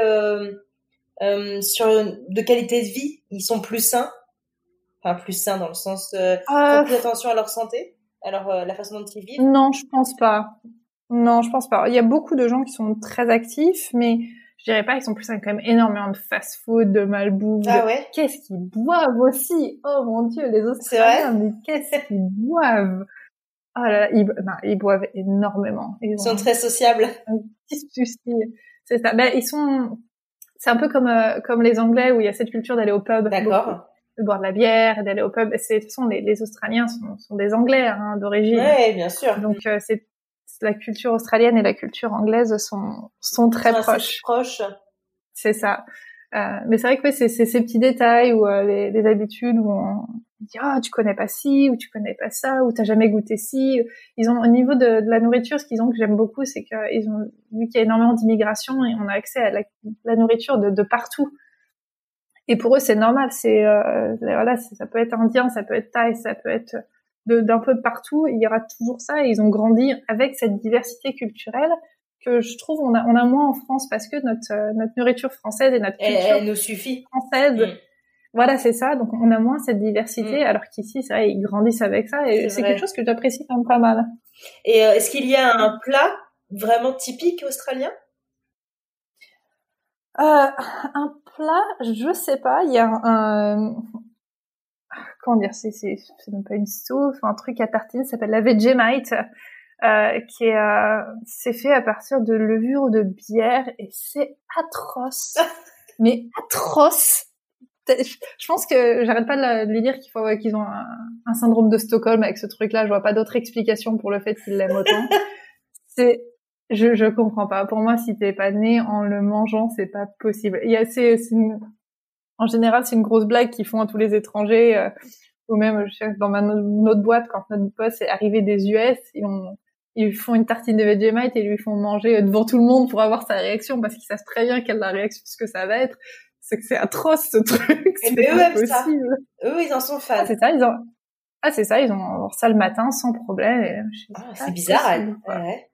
de qualité de vie? Ils sont plus sains? Enfin plus sains dans le sens font plus attention à leur santé Alors, la façon dont ils vivent? Non, je pense pas. Non, je pense pas. Il y a beaucoup de gens qui sont très actifs, mais je dirais pas qu'ils sont plus quand même énormément de fast-food, de malbouffe. Ah ouais? Qu'est-ce qu'ils boivent aussi? Oh mon Dieu, les Australiens, mais qu'est-ce qu'ils boivent? Oh là là, ils boivent énormément. Ils sont très sociables. Un petit souci. C'est ça. Ben, c'est un peu comme les Anglais où il y a cette culture d'aller au pub. D'accord. Beaucoup, de boire de la bière et d'aller au pub. De toute façon, les Australiens sont des Anglais, hein, d'origine. Ouais, bien sûr. Donc, c'est la culture australienne et la culture anglaise sont très proches. C'est ça. Mais c'est vrai que c'est ces petits détails ou les habitudes où on dit tu connais pas ci ou tu connais pas ça ou t'as jamais goûté ci. Ils ont au niveau de la nourriture, ce qu'ils ont que j'aime beaucoup, c'est qu'ils ont vu qu'il y a énormément d'immigration et on a accès à la nourriture de partout. Et pour eux c'est normal. Ça peut être indien, ça peut être thaï, ça peut être d'un peu partout. Il y aura toujours ça et ils ont grandi avec cette diversité culturelle que je trouve on a moins en France parce que notre nourriture française et notre culture elle nous suffit française. Voilà, c'est ça. Donc on a moins cette diversité alors qu'ici c'est vrai, ils grandissent avec ça et c'est quelque chose que j'apprécie quand même pas mal. Et est-ce qu'il y a un plat vraiment typique australien? Un plat, je sais pas, il y a comment dire, c'est même pas une sauce, un truc à tartiner, ça s'appelle la Vegemite. Qui c'est fait à partir de levure de bière et c'est atroce. Mais atroce. Je pense que j'arrête pas de lui dire qu'ils ont un syndrome de Stockholm avec ce truc-là. Je vois pas d'autre explication pour le fait qu'ils l'aiment autant. Je comprends pas. Pour moi, si t'es pas né en le mangeant, c'est pas possible. En général, c'est une grosse blague qu'ils font à tous les étrangers, ou même dans notre boîte, quand notre boss est arrivé des US, ils font une tartine de Vegemite et lui font manger devant tout le monde pour avoir sa réaction parce qu'ils savent très bien quelle est la réaction, ce que ça va être. C'est que c'est atroce, ce truc. C'est pas possible. Eux, ils en sont fans. C'est ça, ils ont ça le matin sans problème. C'est bizarre. Ouais.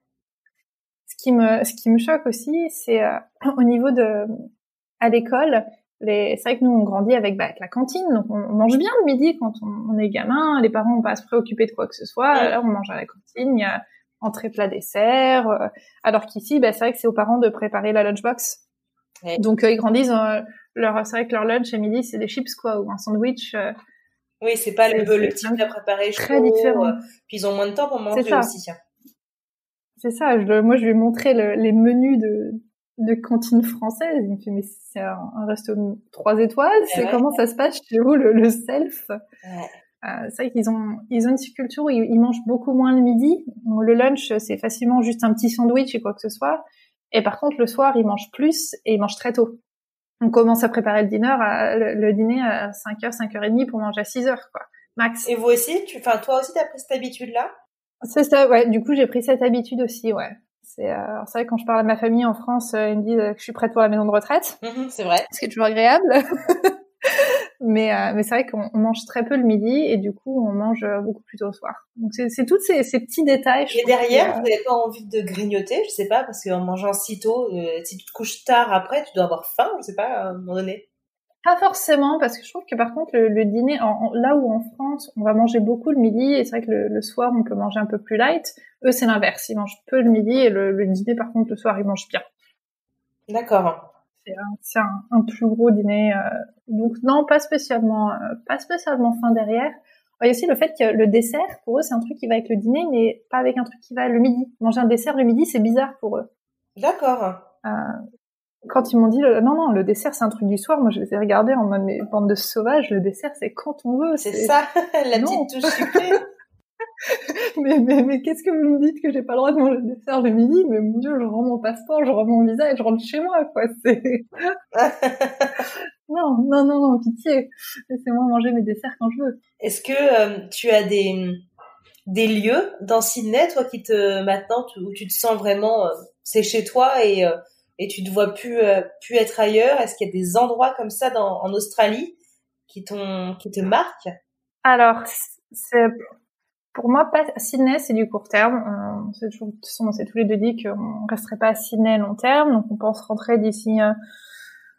Ce qui me choque aussi, c'est au niveau à l'école, c'est vrai que nous on grandit avec la cantine, donc on mange bien le midi quand on est gamin, les parents n'ont pas à se préoccuper de quoi que ce soit. Là on mange à la cantine, il y a entrée, plat, dessert, alors qu'ici c'est vrai que c'est aux parents de préparer la lunchbox. Ouais. Donc ils grandissent c'est vrai que leur lunch à midi c'est des chips quoi ou un sandwich. Oui, c'est pas le petit plat préparé chaud. Très différent. Puis ils ont moins de temps pour manger aussi. C'est ça, moi je lui ai montré les menus de cantine française. Il me fait mais c'est un resto 3 étoiles, comment ça se passe chez vous le self? C'est vrai qu'ils ont une culture où ils mangent beaucoup moins le midi. Le lunch c'est facilement juste un petit sandwich et quoi que ce soit. Et par contre le soir ils mangent plus et ils mangent très tôt. On commence à préparer le dîner à 5h, 5h30 pour manger à 6h quoi, max. Et vous aussi, toi aussi t'as pris cette habitude-là? C'est ça, ouais. Du coup, j'ai pris cette habitude aussi, ouais. C'est vrai quand je parle à ma famille en France, ils me disent que je suis prête pour la maison de retraite. C'est vrai. Ce qui est toujours agréable. mais c'est vrai qu'on mange très peu le midi et du coup, on mange beaucoup plus tôt le soir. Donc c'est tous ces petits détails. Et derrière, vous n'avez pas envie de grignoter, je sais pas, parce qu'en mangeant si tôt, si tu te couches tard après, tu dois avoir faim, je sais pas, à un moment donné. Pas forcément, parce que je trouve que par contre le dîner, là où en France on va manger beaucoup le midi, et c'est vrai que le soir on peut manger un peu plus light, eux c'est l'inverse, ils mangent peu le midi et le dîner par contre le soir ils mangent bien. D'accord. C'est un plus gros dîner, donc non pas spécialement faim derrière. Il y a aussi le fait que le dessert pour eux c'est un truc qui va avec le dîner, mais pas avec un truc qui va le midi. Manger un dessert le midi c'est bizarre pour eux. D'accord. Quand ils m'ont dit non, le dessert c'est un truc du soir, moi je les ai regardés en mode mais bande de sauvages, le dessert c'est quand on veut. C'est ça, la petite touche sucrée. mais qu'est-ce que vous me dites que j'ai pas le droit de manger le dessert le midi? Mais mon Dieu, je rends mon passeport, je rends mon visa et je rentre chez moi quoi. C'est non, pitié. Laissez-moi manger mes desserts quand je veux. Est-ce que tu as des lieux dans Sydney, toi qui maintenant où tu te sens vraiment c'est chez toi et tu te vois plus être ailleurs? Est-ce qu'il y a des endroits comme ça en Australie qui te marquent? Alors, pour moi, Sydney, c'est du court terme. De toute façon, on s'est tous les deux dit qu'on resterait pas à Sydney long terme, donc on pense rentrer d'ici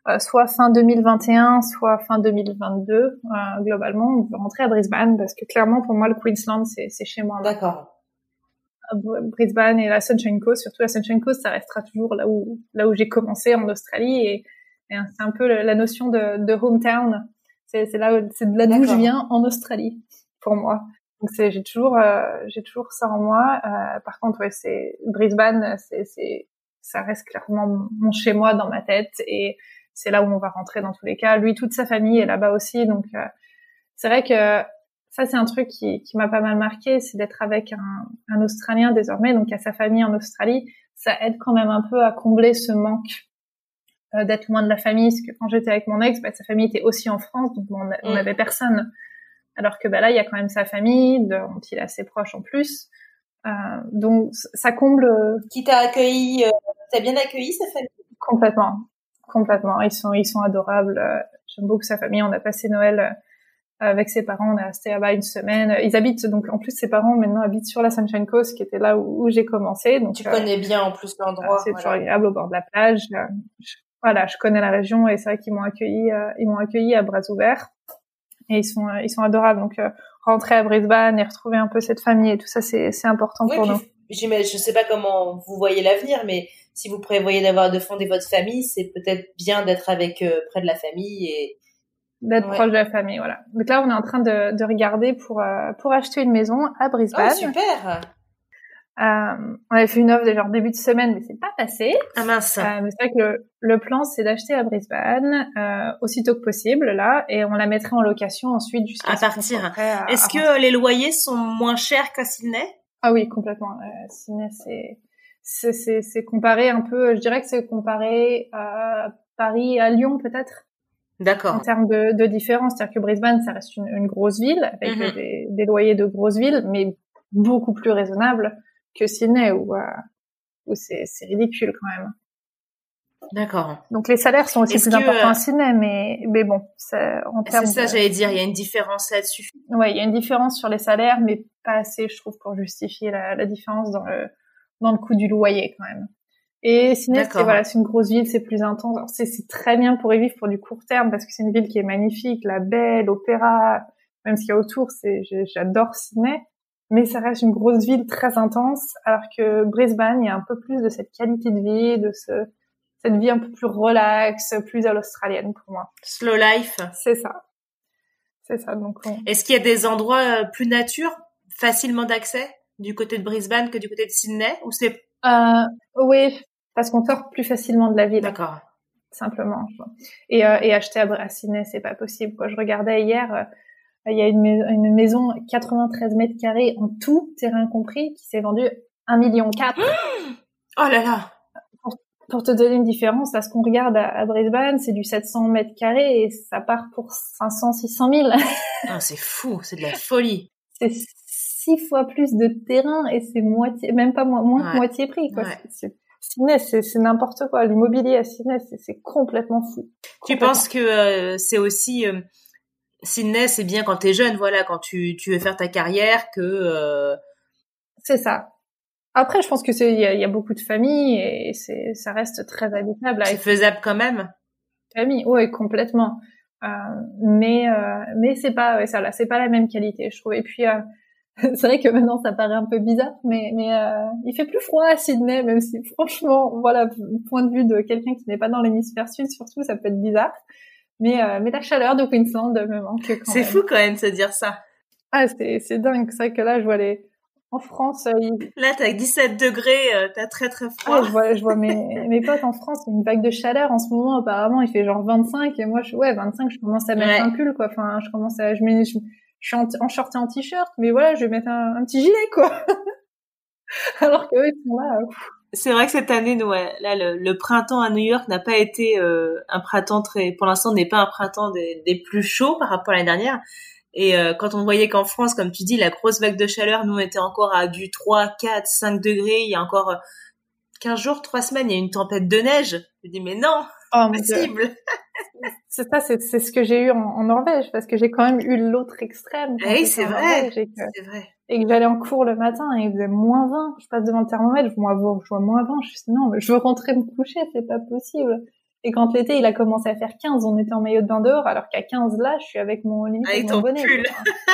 soit fin 2021, soit fin 2022. Globalement, on veut rentrer à Brisbane parce que clairement, pour moi, le Queensland, c'est chez moi. D'accord. Brisbane et la Sunshine Coast, surtout la Sunshine Coast, ça restera toujours là où j'ai commencé en Australie et c'est un peu la notion de hometown. C'est de là d'où je viens en Australie pour moi. Donc j'ai toujours ça en moi. Par contre, ouais, c'est Brisbane, ça reste clairement mon chez moi dans ma tête et c'est là où on va rentrer dans tous les cas. Lui, toute sa famille est là-bas aussi, donc c'est vrai que ça, c'est un truc qui m'a pas mal marqué, c'est d'être avec un Australien désormais, donc à sa famille en Australie. Ça aide quand même un peu à combler ce manque d'être loin de la famille, parce que quand j'étais avec mon ex, sa famille était aussi en France, donc on avait personne. Alors que là, il y a quand même sa famille, dont il est assez proche en plus. Donc ça comble. Qui t'a accueilli T'as bien accueilli sa famille? Complètement. Ils sont adorables. J'aime beaucoup sa famille. On a passé Noël avec ses parents. On est resté là-bas une semaine. Ils habitent donc en plus ses parents maintenant habitent sur la Sunshine Coast, qui était là où j'ai commencé. Donc tu connais bien en plus l'endroit. C'est toujours agréable au bord de la plage. Je connais la région et c'est vrai qu'ils m'ont accueilli à bras ouverts. Et ils sont adorables. Donc rentrer à Brisbane et retrouver un peu cette famille et tout ça, c'est important pour nous. Je sais pas comment vous voyez l'avenir, mais si vous prévoyez de fonder votre famille, c'est peut-être bien d'être avec près de la famille et d'être proche de la famille, voilà. Donc là, on est en train de regarder pour acheter une maison à Brisbane. Oh, super. On avait fait une offre déjà en début de semaine, mais c'est pas passé. Ah mince. Mais c'est vrai que le plan, c'est d'acheter à Brisbane aussitôt que possible, là, et on la mettrait en location ensuite jusqu'à partir. Est-ce que les loyers sont moins chers qu'à Sydney? Ah oui, complètement. Sydney, c'est comparé un peu, je dirais que c'est comparé à Paris, à Lyon peut-être. D'accord. En termes de différence, c'est-à-dire que Brisbane, ça reste une grosse ville avec des loyers de grosse ville, mais beaucoup plus raisonnables que Sydney où c'est ridicule quand même. D'accord. Donc les salaires sont aussi plus importants à Sydney, mais bon, en termes. C'est ça, j'allais dire, il y a une différence là-dessus. Ouais, il y a une différence sur les salaires, mais pas assez, je trouve, pour justifier la différence dans le coût du loyer quand même. Et Sydney, c'est une grosse ville, c'est plus intense. Alors, c'est très bien pour y vivre pour du court terme parce que c'est une ville qui est magnifique, la baie, l'opéra, même ce qu'il y a autour, j'adore Sydney. Mais ça reste une grosse ville très intense, alors que Brisbane, il y a un peu plus de cette qualité de vie, cette vie un peu plus relaxe, plus à l'australienne pour moi. Slow life. C'est ça. Donc, est-ce qu'il y a des endroits plus nature, facilement d'accès, du côté de Brisbane que du côté de Sydney, ou c'est... Oui, parce qu'on sort plus facilement de la ville. D'accord. Simplement. Et acheter à Sydney, c'est pas possible, quoi. Je regardais hier, il y a une maison 93 mètres carrés en tout, terrain compris, qui s'est vendue 1,4 million. Oh là là! Pour te donner une différence, là, ce qu'on regarde à Brisbane, c'est du 700 mètres carrés et ça part pour 500, 600 000. Ah, c'est fou, c'est de la folie. C'est 6 fois plus de terrain et c'est même pas moins que moitié prix, quoi. Ouais. Sydney, c'est n'importe quoi. L'immobilier à Sydney, c'est complètement fou. Tu penses que c'est aussi Sydney, c'est bien quand t'es jeune, voilà, quand tu veux faire ta carrière, que c'est ça. Après, je pense que il y a beaucoup de familles et ça reste très habitable. C'est faisable quand même. Famille, ouais, complètement. Mais c'est pas, ça là, c'est pas la même qualité, je trouve. Et puis c'est vrai que maintenant ça paraît un peu bizarre, mais il fait plus froid à Sydney, même si franchement, voilà, du point de vue de quelqu'un qui n'est pas dans l'hémisphère sud, surtout, ça peut être bizarre. Mais la chaleur de Queensland me manque quand même. C'est fou quand même de se dire ça. Ah, c'est dingue. C'est vrai que là, je vois en France, là, t'as 17 degrés, t'as très très froid. Ah, je vois mes potes en France, il y a une vague de chaleur en ce moment. Apparemment, il fait genre 25 et moi, 25, je commence à mettre un pull, quoi. Enfin, je suis en short et en t-shirt, mais voilà, je vais mettre un petit gilet, quoi. Alors qu'eux, ils sont là. C'est vrai que cette année, là, le printemps à New York n'a pas été un printemps pour l'instant, n'est pas un printemps des plus chauds par rapport à l'année dernière. Et quand on voyait qu'en France, comme tu dis, la grosse vague de chaleur, nous, on était encore à du 3, 4, 5 degrés. Il y a encore 15 jours, 3 semaines, il y a une tempête de neige. Je me dis, mais non, impossible. C'est ça, c'est ce que j'ai eu en Norvège, parce que j'ai quand même eu l'autre extrême. Oui, c'est vrai. C'est vrai. Et que j'allais en cours le matin et il faisait moins 20. Je passe devant le thermomètre, je vois moins 20. Je dis non, mais je veux rentrer me coucher, c'est pas possible. Et quand l'été, il a commencé à faire 15, on était en maillot de bain dehors, alors qu'à 15, là, je suis avec mon bonnet. Pull.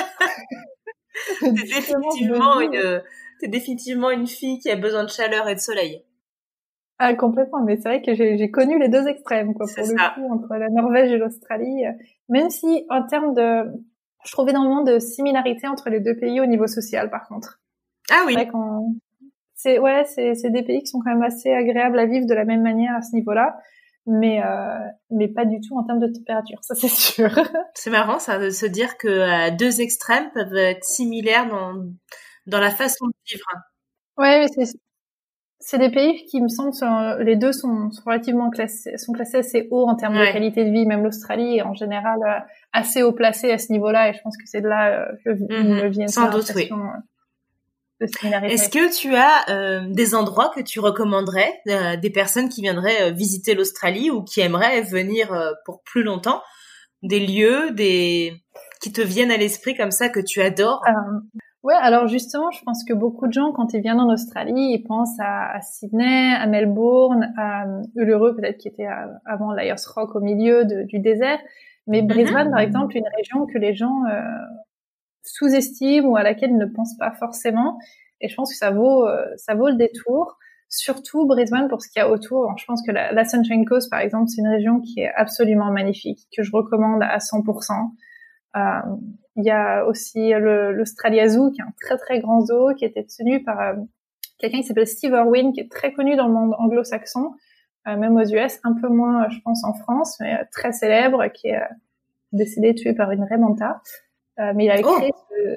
T'es définitivement une fille qui a besoin de chaleur et de soleil. Ah, complètement. Mais c'est vrai que j'ai connu les deux extrêmes, quoi, pour le coup, entre la Norvège et l'Australie. Même si, en termes je trouve énormément de similarités entre les deux pays au niveau social, par contre. Ah oui. C'est vrai c'est des pays qui sont quand même assez agréables à vivre de la même manière à ce niveau-là. Mais pas du tout en termes de température, ça c'est sûr. C'est marrant ça de se dire que deux extrêmes peuvent être similaires dans la façon de vivre. Ouais, mais c'est des pays qui me semblent les deux sont relativement classés assez haut en termes de qualité de vie, même l'Australie est en général assez haut placée à ce niveau-là, et je pense que c'est de là que me viennent sans doute, oui. De similarité. Est-ce que tu as des endroits que tu recommanderais, des personnes qui viendraient visiter l'Australie ou qui aimeraient venir pour plus longtemps, des lieux, qui te viennent à l'esprit comme ça que tu adores? Ouais, alors justement, je pense que beaucoup de gens, quand ils viennent en Australie, ils pensent à Sydney, à Melbourne, à Uluru, peut-être qui était avant l'Ayers Rock au milieu du désert. Mais Brisbane, par exemple, une région que les gens sous-estiment ou à laquelle ils ne pensent pas forcément. Et je pense que ça vaut le détour. Surtout Brisbane pour ce qu'il y a autour. Alors, je pense que la Sunshine Coast, par exemple, c'est une région qui est absolument magnifique, que je recommande à 100%. Il y a aussi l'Australia Zoo, qui est un très très grand zoo, qui était tenu par quelqu'un qui s'appelle Steve Irwin, qui est très connu dans le monde anglo-saxon, même aux US, un peu moins, je pense, en France, mais très célèbre, qui est décédé tué par une raie manta. Mais il a créé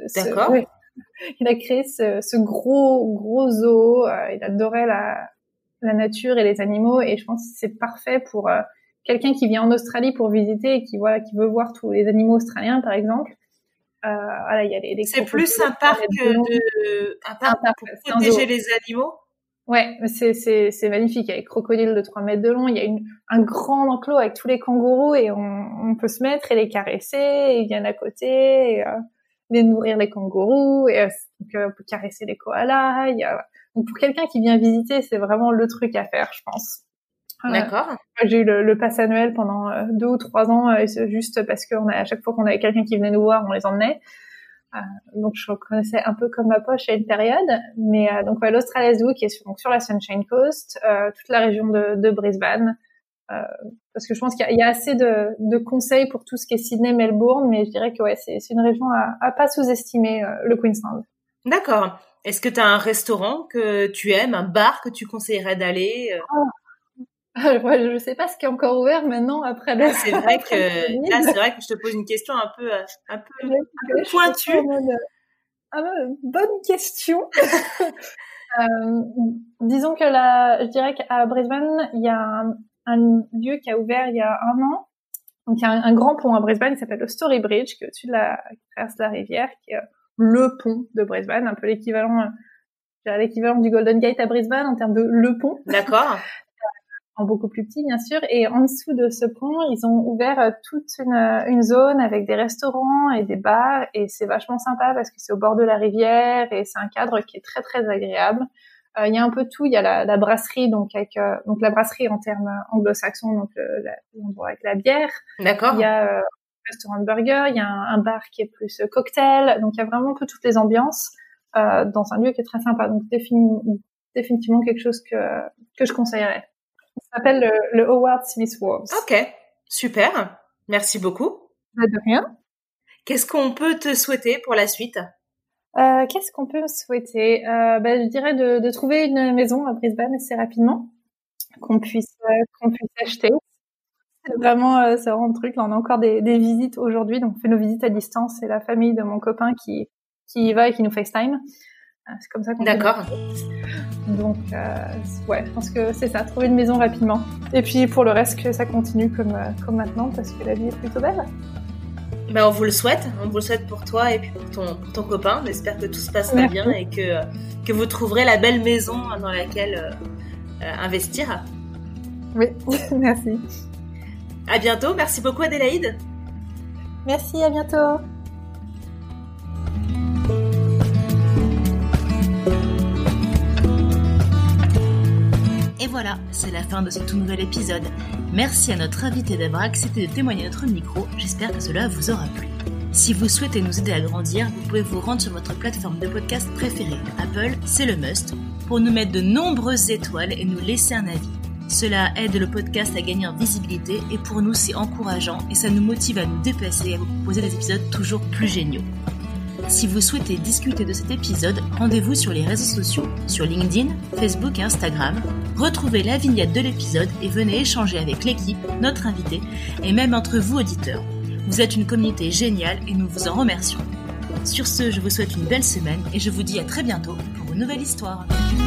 il a créé ce gros zoo. Il adorait la nature et les animaux, et je pense que c'est parfait pour quelqu'un qui vient en Australie pour visiter et qui veut voir tous les animaux australiens, par exemple. Voilà, il y a les c'est plus un parc un parc pour protéger les animaux. Ouais, c'est magnifique. Il y a les crocodiles de 3 mètres de long. Il y a un grand enclos avec tous les kangourous, et on peut se mettre et les caresser. Et ils viennent à côté, et, les nourrir les kangourous, et donc, on peut caresser les koalas. Donc pour quelqu'un qui vient visiter, c'est vraiment le truc à faire, je pense. D'accord. J'ai eu le pass annuel pendant 2 ou 3 ans, et c'est juste parce que à chaque fois qu'on avait quelqu'un qui venait nous voir, on les emmenait. Donc je connaissais un peu comme ma poche à une période, mais donc l'Australia Zoo qui est sur la Sunshine Coast, toute la région de Brisbane, parce que je pense qu'il y a assez de conseils pour tout ce qui est Sydney, Melbourne, mais je dirais que c'est une région à pas sous-estimer, le Queensland. D'accord. Est-ce que tu as un restaurant que tu aimes, un bar que tu conseillerais d'aller? Ouais, je sais pas ce qui est encore ouvert maintenant après le. C'est vrai que je te pose une question un peu pointue. Bonne question. Disons que je dirais qu'à Brisbane, il y a un lieu qui a ouvert il y a 1 an. Donc il y a un grand pont à Brisbane qui s'appelle le Story Bridge, qui est au-dessus qui traverse la rivière, qui est le pont de Brisbane, un peu l'équivalent du Golden Gate à Brisbane en termes de le pont. D'accord. En beaucoup plus petit, bien sûr. Et en dessous de ce pont, ils ont ouvert toute une zone avec des restaurants et des bars, et c'est vachement sympa parce que c'est au bord de la rivière et c'est un cadre qui est très très agréable. Il y a un peu tout. Il y a la brasserie, donc la brasserie en termes anglo-saxons, donc l'endroit avec la bière. D'accord. Il y a un restaurant de burger, il y a un bar qui est plus cocktail, donc il y a vraiment un peu toutes les ambiances dans un lieu qui est très sympa. Donc définitivement quelque chose que je conseillerais. Ça s'appelle le Howard Smith Wharves. Ok, super. Merci beaucoup. De rien. Qu'est-ce qu'on peut te souhaiter pour la suite? Qu'est-ce qu'on peut me souhaiter? Je dirais de trouver une maison à Brisbane assez rapidement, qu'on puisse acheter. C'est vraiment un truc. Là, on a encore des visites aujourd'hui, donc on fait nos visites à distance. C'est la famille de mon copain qui y va et qui nous FaceTime. C'est comme ça qu'on D'accord. Donc, je pense que c'est ça, trouver une maison rapidement. Et puis, pour le reste, que ça continue comme maintenant, parce que la vie est plutôt belle. On vous le souhaite. On vous le souhaite pour toi et puis pour ton copain. On espère que tout se passera bien et que vous trouverez la belle maison dans laquelle investir. Oui, merci. À bientôt. Merci beaucoup, Adélaïde. Merci, à bientôt. Et voilà, c'est la fin de ce tout nouvel épisode. Merci à notre invité d'avoir accepté de témoigner à notre micro, j'espère que cela vous aura plu. Si vous souhaitez nous aider à grandir, vous pouvez vous rendre sur votre plateforme de podcast préférée. Apple, c'est le must, pour nous mettre de nombreuses étoiles et nous laisser un avis. Cela aide le podcast à gagner en visibilité et pour nous c'est encourageant et ça nous motive à nous dépasser et à vous proposer des épisodes toujours plus géniaux. Si vous souhaitez discuter de cet épisode, rendez-vous sur les réseaux sociaux, sur LinkedIn, Facebook et Instagram. Retrouvez la vignette de l'épisode et venez échanger avec l'équipe, notre invité et même entre vous auditeurs. Vous êtes une communauté géniale et nous vous en remercions. Sur ce, je vous souhaite une belle semaine et je vous dis à très bientôt pour une nouvelle histoire.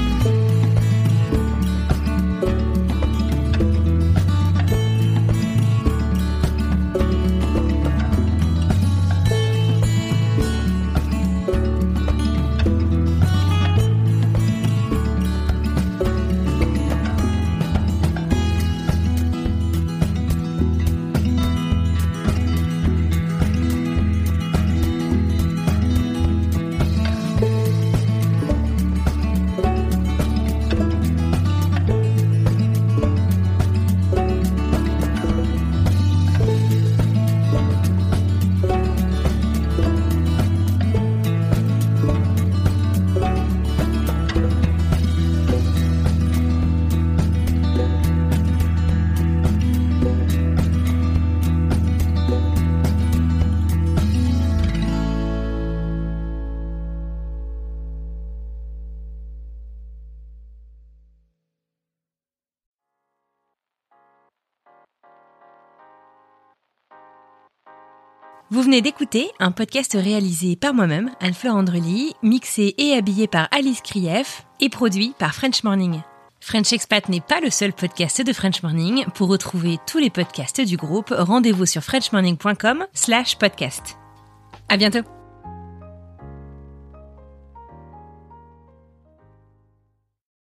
Vous venez d'écouter un podcast réalisé par moi-même, Anne-Fleur Andrely, mixé et habillé par Alice Krief et produit par French Morning. French Expat n'est pas le seul podcast de French Morning. Pour retrouver tous les podcasts du groupe, rendez-vous sur frenchmorning.com/podcast. À bientôt!